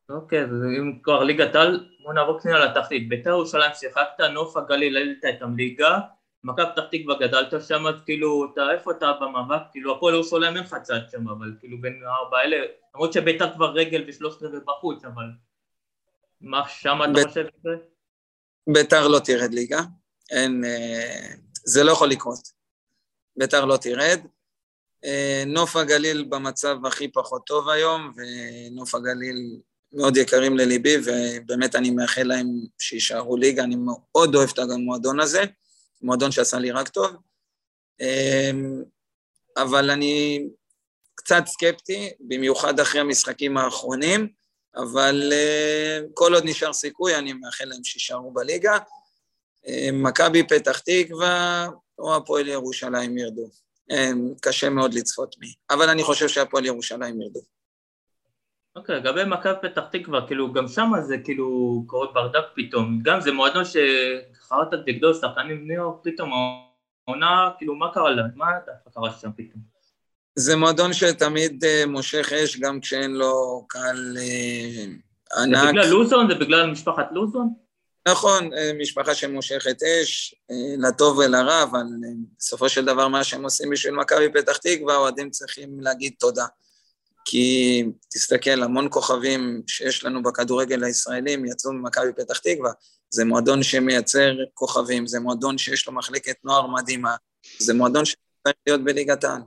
Speaker 2: אוקיי, ואם כבר ליגת העל, בוא נעבור קצת לתחתית. בית"ר ירושלים שיחקת, נוף הגליל, העלית איתם ליגה, מכבי פתח תקווה גדלת שם, אז כאילו, אתה, איפה אתה במאבק? כאילו, הפועל ירושלים אין לך צד שם, אבל כאילו בין הארבע האלה, למרות שבית"ר כבר רגל ושלושת רבעי בחוץ, אבל מה שם אתה
Speaker 4: ב-
Speaker 2: חושב?
Speaker 4: בית"ר לא תרד ליגה, אין, אה, זה לא יכול לקרות. בית"ר לא תרד. אה, נוף הגליל במצב הכי פחות טוב היום, ונוף הגליל מאוד יקרים לליבי, ובאמת אני מאחל להם שישארו ליגה, אני מאוד אוהב את המועדון הזה, מועדון שעשה לי רק טוב, אה, אבל אני קצת סקפטי, במיוחד אחרי המשחקים האחרונים, אבל uh, כל עוד נשאר סיכוי, אני מאחל להם שישארו בליגה. Uh, מכבי פתח תקווה או הפועל ירושלים ירדו. Uh, קשה מאוד לצפות מי, אבל אני חושב שהפועל ירושלים ירדו.
Speaker 2: אוקיי, לגבי מכבי פתח תקווה, כאילו גם שם זה כאילו קורות ברדק פתאום, גם זה מועדון שחרת לגדול שחקנים בני אור, פתאום העונה, כאילו מה קרה להם? מה קרה שם פתאום?
Speaker 4: זה מועדון שתמיד uh, מושך אש, גם כשאין לו קהל uh, ענק.
Speaker 2: זה בגלל לוזון? זה בגלל משפחת לוזון?
Speaker 4: נכון, משפחה שמושכת אש, לטוב ולרע, אבל בסופו של דבר מה שהם עושים בשביל מכבי פתח תקווה, אוהדים צריכים להגיד תודה. כי תסתכל, המון כוכבים שיש לנו בכדורגל הישראלים יצאו ממכבי פתח תקווה, זה מועדון שמייצר כוכבים, זה מועדון שיש לו מחלקת נוער מדהימה, זה מועדון שצריך להיות בליגת העל.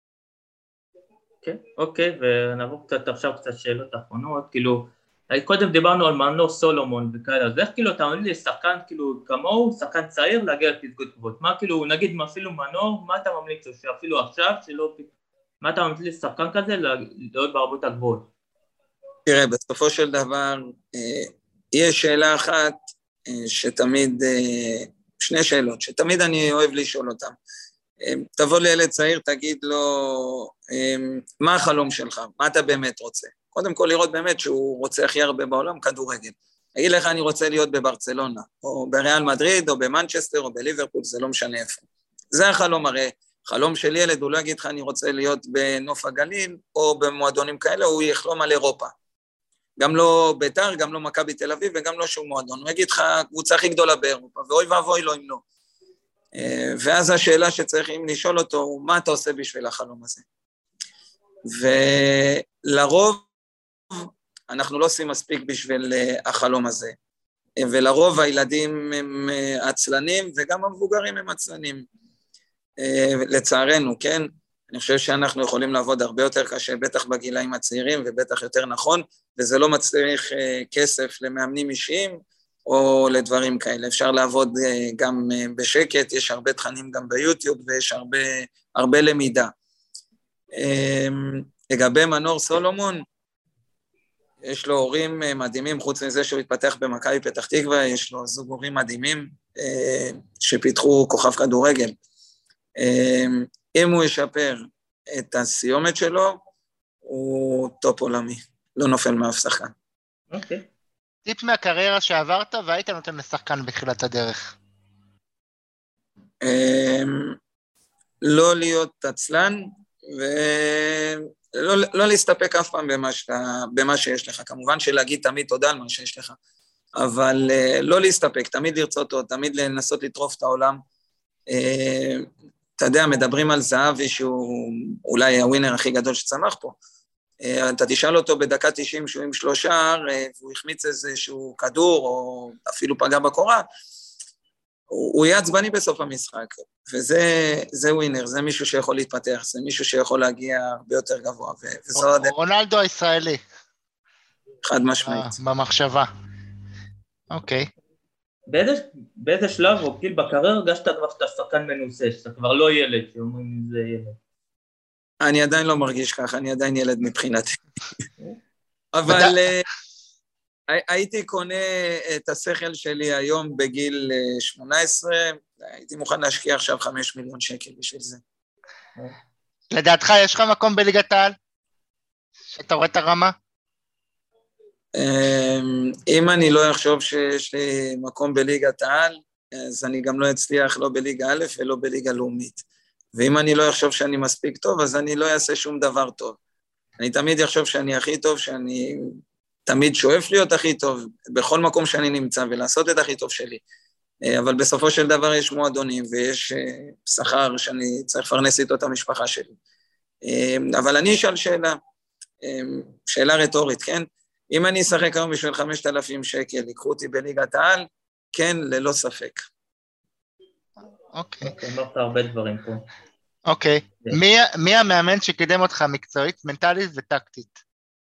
Speaker 2: כן, אוקיי, ונעבור קצת עכשיו קצת שאלות אחרונות, כאילו, קודם דיברנו על מנור סולומון וכאלה, אז איך כאילו אתה אומר לי שחקן כאילו כמוהו, שחקן צעיר להגיע לפסגות גבוהות, מה כאילו נגיד אפילו מנור, מה אתה ממליץ לו שאפילו עכשיו שלא, מה אתה ממליץ לי שחקן כזה להיות בערבות הגבוהות?
Speaker 4: תראה, בסופו של דבר, יש שאלה אחת שתמיד, שני שאלות, שתמיד אני אוהב לשאול אותם. תבוא לילד צעיר, תגיד לו, מה החלום שלך? מה אתה באמת רוצה? קודם כל לראות באמת שהוא רוצה הכי הרבה בעולם כדורגל. אגיד לך, אני רוצה להיות בברצלונה, או בריאל מדריד, או במנצ'סטר, או בליברפול, זה לא משנה איפה. זה החלום, הרי חלום של ילד, הוא לא יגיד לך, אני רוצה להיות בנוף הגליל, או במועדונים כאלה, הוא יחלום על אירופה. גם לא בית"ר, גם לא מכבי תל אביב, וגם לא שום מועדון. הוא יגיד לך, הקבוצה הכי גדולה באירופה, ואוי ואבוי לו אם לא. ואז השאלה שצריכים לשאול אותו, מה אתה עושה בשביל החלום הזה? ולרוב, אנחנו לא עושים מספיק בשביל החלום הזה, ולרוב הילדים הם עצלנים, וגם המבוגרים הם עצלנים, לצערנו, כן? אני חושב שאנחנו יכולים לעבוד הרבה יותר קשה, בטח בגילאים הצעירים, ובטח יותר נכון, וזה לא מצריך כסף למאמנים אישיים, או לדברים כאלה, אפשר לעבוד גם בשקט, יש הרבה תכנים גם ביוטיוב, ויש הרבה, הרבה למידה. לגבי מנור סולומון, יש לו הורים מדהימים, חוץ מזה שהוא התפתח במכבי פתח תקווה, יש לו זוג הורים מדהימים, שפיתחו כוכב כדורגל. אם הוא ישפר את הסיומת שלו, הוא טופ עולמי, לא נופל מאף שחקן.
Speaker 2: אוקיי.
Speaker 3: טיפ מהקריירה שעברת והיית נותן לשחקן בתחילת הדרך.
Speaker 4: לא להיות עצלן, ולא לא להסתפק אף פעם במה, שאתה, במה שיש לך. כמובן שלהגיד תמיד תודה על מה שיש לך, אבל לא להסתפק, תמיד לרצות אותו, תמיד לנסות לטרוף את העולם. אתה יודע, מדברים על זהבי שהוא אולי הווינר הכי גדול שצמח פה. אתה תשאל אותו בדקה תשעים שהוא עם שלושה, והוא החמיץ איזשהו כדור, או אפילו פגע בקורה, הוא יהיה עצבני בסוף המשחק, וזה זה ווינר, זה מישהו שיכול להתפתח, זה מישהו שיכול להגיע הרבה יותר גבוה.
Speaker 3: רונלדו הישראלי.
Speaker 4: חד משמעית.
Speaker 3: במחשבה. אוקיי.
Speaker 2: באיזה שלב או גיל בקריירה הרגשת כבר שאתה שחקן מנוסה, שאתה כבר לא ילד, שאומרים זה ילד?
Speaker 4: אני עדיין לא מרגיש ככה, אני עדיין ילד מבחינתי. אבל הייתי קונה את השכל שלי היום בגיל שמונה עשרה, הייתי מוכן להשקיע עכשיו חמישה מיליון שקל בשביל זה.
Speaker 3: לדעתך יש לך מקום בליגת העל? שאתה רואה את הרמה?
Speaker 4: אם אני לא אחשוב שיש לי מקום בליגת העל, אז אני גם לא אצליח לא בליגה א' ולא בליגה לאומית. ואם אני לא אחשוב שאני מספיק טוב, אז אני לא אעשה שום דבר טוב. אני תמיד אחשוב שאני הכי טוב, שאני תמיד שואף להיות הכי טוב, בכל מקום שאני נמצא, ולעשות את הכי טוב שלי. אבל בסופו של דבר יש מועדונים, ויש שכר שאני צריך לפרנס איתו את המשפחה שלי. אבל אני אשאל שאלה, שאלה רטורית, כן? אם אני אשחק היום בשביל חמשת אלפים שקל, ייקחו אותי בליגת העל, כן, ללא ספק.
Speaker 3: אוקיי.
Speaker 2: אמרת הרבה דברים פה.
Speaker 3: אוקיי. מי המאמן שקידם אותך מקצועית, מנטלית וטקטית?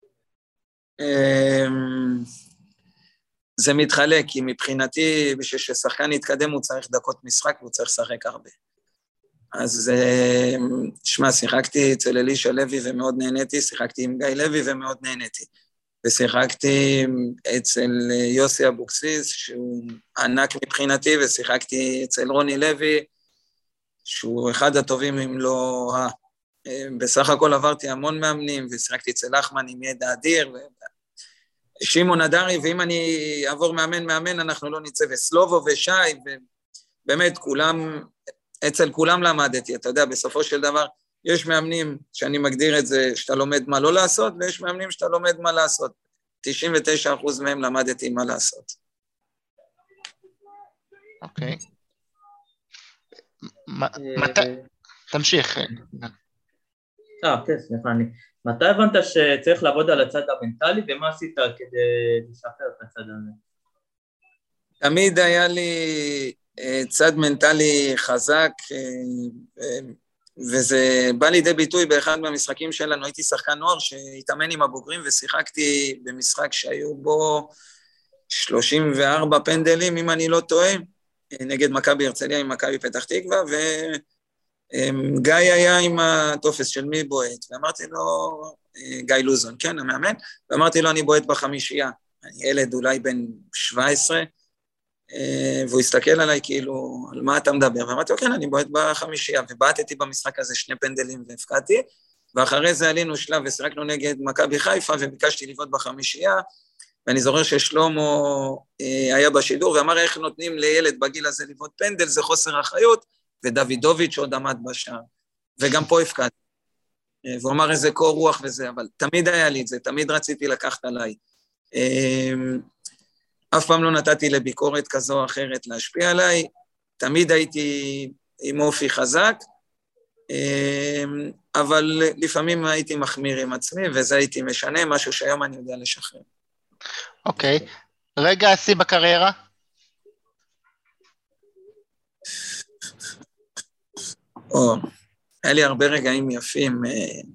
Speaker 4: זה מתחלק, כי מבחינתי, בשביל ששחקן יתקדם, הוא צריך דקות משחק, והוא צריך לשחק הרבה. אז, שמע, שיחקתי אצל אלישע לוי ומאוד נהניתי, שיחקתי עם גיא לוי ומאוד נהניתי. ושיחקתי אצל יוסי אבוקסיס, שהוא ענק מבחינתי, ושיחקתי אצל רוני לוי, שהוא אחד הטובים אם לא... בסך הכל עברתי המון מאמנים, ושיחקתי אצל אחמן עם ידע אדיר, ושמעון אדרי, ואם אני אעבור מאמן מאמן, אנחנו לא נצא, וסלובו ושי, ובאמת כולם, אצל כולם למדתי, אתה יודע, בסופו של דבר, יש מאמנים שאני מגדיר את זה, שאתה לומד מה לא לעשות, ויש מאמנים שאתה לומד מה לעשות. תשעים ותשעה אחוז מהם למדתי מה לעשות.
Speaker 3: אוקיי. תמשיך.
Speaker 2: אה, כן, סליחה, אני... מתי הבנת שצריך לעבוד על הצד המנטלי, ומה עשית כדי לשפר את הצד הזה?
Speaker 4: תמיד היה לי צד מנטלי חזק, וזה בא לידי ביטוי באחד מהמשחקים שלנו, הייתי שחקן נוער שהתאמן עם הבוגרים, ושיחקתי במשחק שהיו בו שלושים וארבע פנדלים, אם אני לא טועה, נגד מכבי הרצליה עם מכבי פתח תקווה, וגיא היה עם הטופס של מי בועט, ואמרתי לו, גיא לוזון, כן, המאמן, ואמרתי לו, אני בועט בחמישייה, אני ילד אולי בן שבע עשרה, והוא הסתכל עליי כאילו, על מה אתה מדבר? ואמרתי לו, כן, אני בועט בחמישייה, ובעטתי במשחק הזה שני פנדלים והפקעתי, ואחרי זה עלינו שלב ושחקנו נגד מכבי חיפה, וביקשתי לבעוט בחמישייה, ואני זוכר ששלומו היה בשידור, ואמר איך נותנים לילד בגיל הזה לבעוט פנדל, זה חוסר אחריות, ודוידוביץ' עוד עמד בשער, וגם פה הפקעתי. והוא אמר איזה קור רוח וזה, אבל תמיד היה לי את זה, תמיד רציתי לקחת עליי. אף פעם לא נתתי לביקורת כזו או אחרת להשפיע עליי, תמיד הייתי עם אופי חזק, אבל לפעמים הייתי מחמיר עם עצמי, וזה הייתי משנה, משהו שהיום אני יודע לשחרר.
Speaker 3: אוקיי, רגע השיא בקריירה?
Speaker 4: או, היה לי הרבה רגעים יפים,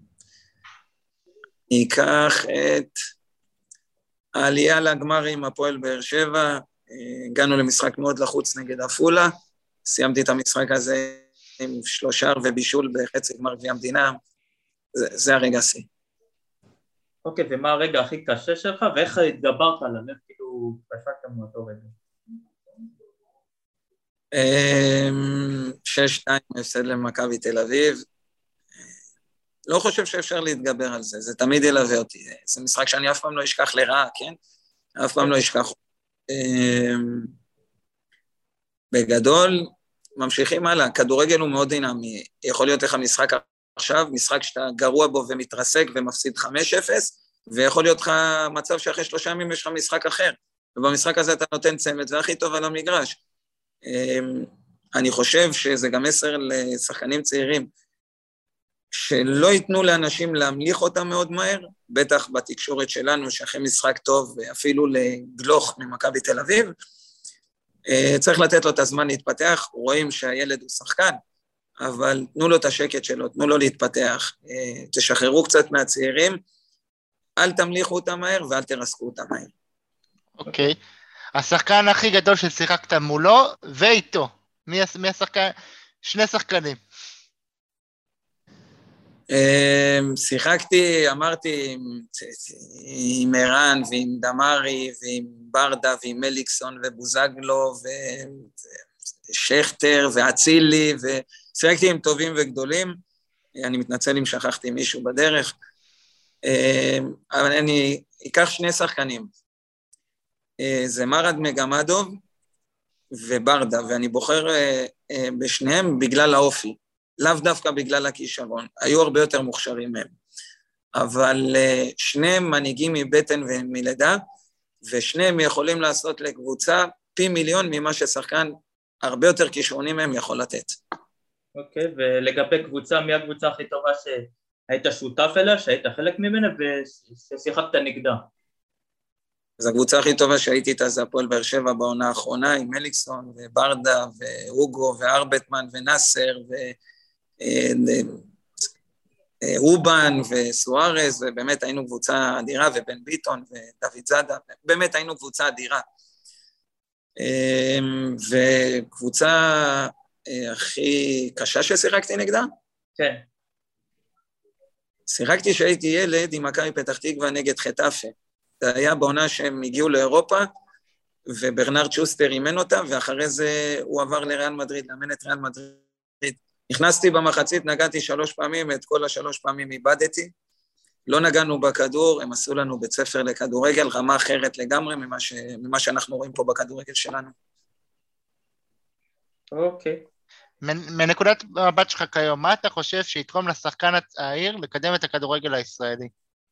Speaker 4: אני אקח את העלייה לגמר עם הפועל באר שבע, הגענו למשחק מאוד לחוץ נגד עפולה, סיימתי את המשחק הזה עם שלושה ובישול בחצי גמר גביע המדינה, זה, זה הרגע השיא.
Speaker 2: אוקיי, ומה הרגע הכי קשה שלך, ואיך התגברת עליו, כאילו, פשטת מאותו רגע?
Speaker 4: שש שתיים הפסד למכבי תל אביב, לא חושב שאפשר להתגבר על זה, זה תמיד ילווה אותי, זה משחק שאני אף פעם לא אשכח לרעה, כן? אף פעם לא אשכח. בגדול, ממשיכים הלאה, כדורגל הוא מאוד דינמי, יכול להיות איך המשחק עכשיו, משחק שאתה גרוע בו ומתרסק ומפסיד חמש אפס, ויכול להיות לך מצב שאחרי שלושה ימים יש לך משחק אחר, ובמשחק הזה אתה נותן צמד, זה הכי טוב על המגרש. אני חושב שזה גם מסר לשחקנים צעירים, שלא ייתנו לאנשים להמליך אותם מאוד מהר, בטח בתקשורת שלנו, שאחרי משחק טוב, אפילו לגלוך ממכבי תל אביב, צריך לתת לו את הזמן להתפתח, רואים שהילד הוא שחקן, אבל תנו לו את השקט שלו, תנו לו להתפתח, תשחררו קצת מהצעירים, אל תמליכו אותם מהר ואל תרסקו אותם מהר.
Speaker 3: אוקיי, השחקן הכי גדול ששיחקת מולו ואיתו, מי השחקן? שני שחקנים.
Speaker 4: שיחקתי, אמרתי, עם ערן ועם דמרי ועם ברדה ועם מליקסון ובוזגלו ושכתר ואצילי, ושיחקתי עם טובים וגדולים, אני מתנצל אם שכחתי מישהו בדרך, אבל אני אקח שני שחקנים, זה מרד מגמדוב וברדה, ואני בוחר בשניהם בגלל האופי, לאו דווקא בגלל הכישרון, היו הרבה יותר מוכשרים מהם, אבל שניהם מנהיגים מבטן ומלידה, ושניהם יכולים לעשות לקבוצה פי מיליון ממה ששחקן הרבה יותר כישרוני מהם יכול לתת.
Speaker 2: אוקיי, ולגבי קבוצה, מי הקבוצה הכי טובה שהיית שותף אליה, שהיית חלק ממנה וששיחקת נגדה?
Speaker 4: אז הקבוצה הכי טובה שהייתי איתה זה הפועל באר שבע בעונה האחרונה, עם אליקסון וברדה ואוגו וארבטמן ונאסר ואובן וסוארז, ובאמת היינו קבוצה אדירה, ובן ביטון ודוד זאדה, באמת היינו קבוצה אדירה. וקבוצה הכי קשה ששיחקתי נגדה?
Speaker 2: כן.
Speaker 4: שיחקתי שהייתי ילד עם מכבי פתח תקווה נגד חטאפה. זה היה בעונה שהם הגיעו לאירופה, וברנרד שוסטר אימן אותם, ואחרי זה הוא עבר לריאל מדריד, לאמן את ריאל מדריד. נכנסתי במחצית, נגעתי שלוש פעמים, את כל השלוש פעמים איבדתי. לא נגענו בכדור, הם עשו לנו בית ספר לכדורגל, רמה אחרת לגמרי ממה, ש... ממה שאנחנו רואים פה בכדורגל שלנו.
Speaker 2: אוקיי.
Speaker 3: מנקודת מבט שלך כיום, מה אתה חושב שיתרום לשחקן העיר לקדם את הכדורגל הישראלי?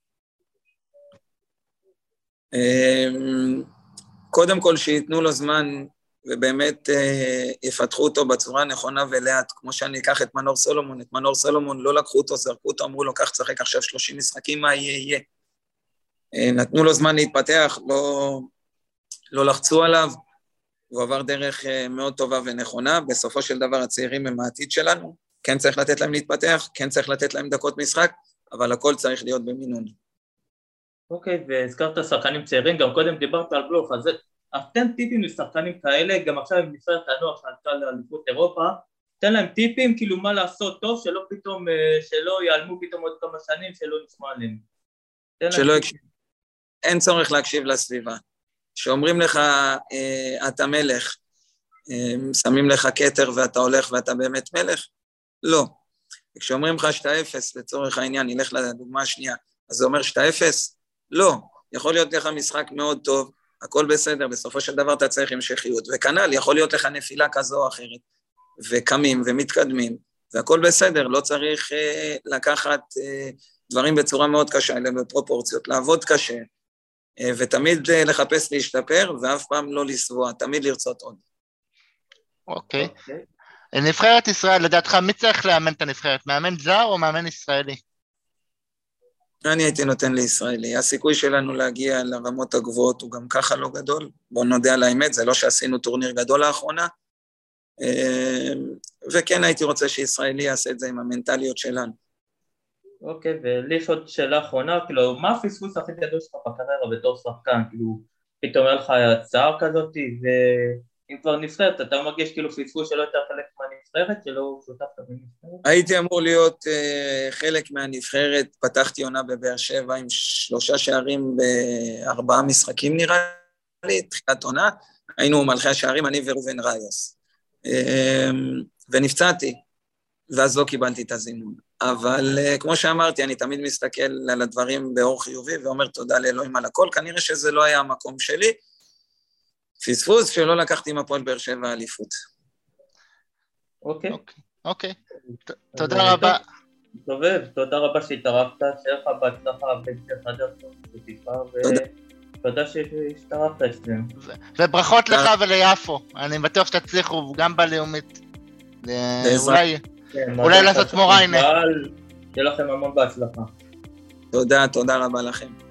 Speaker 4: קודם כל שיתנו לו זמן, ובאמת יפתחו אותו בצורה נכונה ולאט, כמו שאני אקח את מנור סולומון, את מנור סולומון לא לקחו אותו, זרקו אותו, אמרו לו, כך צחק עכשיו שלושים משחקים, מה יהיה, יהיה. נתנו לו זמן להתפתח, לא, לא לחצו עליו, הוא עבר דרך מאוד טובה ונכונה, בסופו של דבר הצעירים הם העתיד שלנו, כן צריך לתת להם להתפתח, כן צריך לתת להם דקות משחק, אבל הכל צריך להיות במינון.
Speaker 2: אוקיי, והזכרת שחקנים צעירים, גם קודם דיברת על בלוף, אז אתן טיפים לשחקנים כאלה, גם עכשיו עם נבחרת הנוער שעלתה לאליפות אירופה, תן להם טיפים כאילו מה לעשות טוב, שלא פתאום, שלא ייעלמו פתאום עוד כמה שנים, שלא נשמע עליהם.
Speaker 4: שלא יקשיב. אין צורך להקשיב לסביבה. שאומרים לך, אתה מלך, שמים לך כתר ואתה הולך ואתה באמת מלך? לא. כשאומרים לך שאתה אפס, לצורך העניין, נלך לדוגמה השנייה, אז זה אומר שאתה אפס? לא. יכול להיות לך משחק מאוד טוב, הכל בסדר, בסופו של דבר אתה צריך המשכיות, וכנ"ל, יכול להיות לך נפילה כזו או אחרת, וקמים ומתקדמים, והכל בסדר, לא צריך אה, לקחת אה, דברים בצורה מאוד קשה, אלא בפרופורציות, לעבוד קשה, אה, ותמיד אה, לחפש להשתפר, ואף פעם לא לסבוע, תמיד לרצות עוד.
Speaker 3: אוקיי. Okay. נבחרת ישראל, לדעתך, מי צריך לאמן את הנבחרת? מאמן זר או מאמן ישראלי?
Speaker 4: אני הייתי נותן לישראלי. הסיכוי שלנו להגיע לרמות הגבוהות הוא גם ככה לא גדול. בואו נודה על האמת, זה לא שעשינו טורניר גדול לאחרונה. וכן הייתי רוצה שישראלי יעשה את זה עם המנטליות שלנו.
Speaker 2: אוקיי, ולי יש עוד שאלה אחרונה, כאילו, מה הפספוס הכי גדול שלך בקריירה בתור שחקן? כאילו, פתאום היה לך צער כזאת, ואם כבר נבחרת, אתה מרגיש כאילו פספוס שלא יותר חלק מהנבחרת, שלא שותפת בנבחרת?
Speaker 4: הייתי אמור להיות uh, חלק מהנבחרת, פתחתי עונה בבאר שבע עם שלושה שערים בארבעה משחקים נראה לי, תחילת עונה, היינו מלכי השערים, אני ורובן ראיוס. Uh, ונפצעתי, ואז לא קיבלתי את הזימון. אבל uh, כמו שאמרתי, אני תמיד מסתכל על הדברים באור חיובי, ואומר תודה לאלוהים על הכל, כנראה שזה לא היה המקום שלי, פספוס שלא לקחתי עם הפועל באר שבע אליפות.
Speaker 2: אוקיי.
Speaker 3: אוקיי. תודה רבה.
Speaker 2: טוב, תודה רבה שהתערבת, שיהיה לך בהצלחה בהמשך הדרך טיפה, ותודה שהשתרפת אצלנו.
Speaker 3: וברכות לך וליפו, אני בטוח שתצליחו גם בלאומית. אולי לעשות כמו ריינה.
Speaker 2: שיהיה לכם המון בהצלחה.
Speaker 4: תודה, תודה רבה לכם.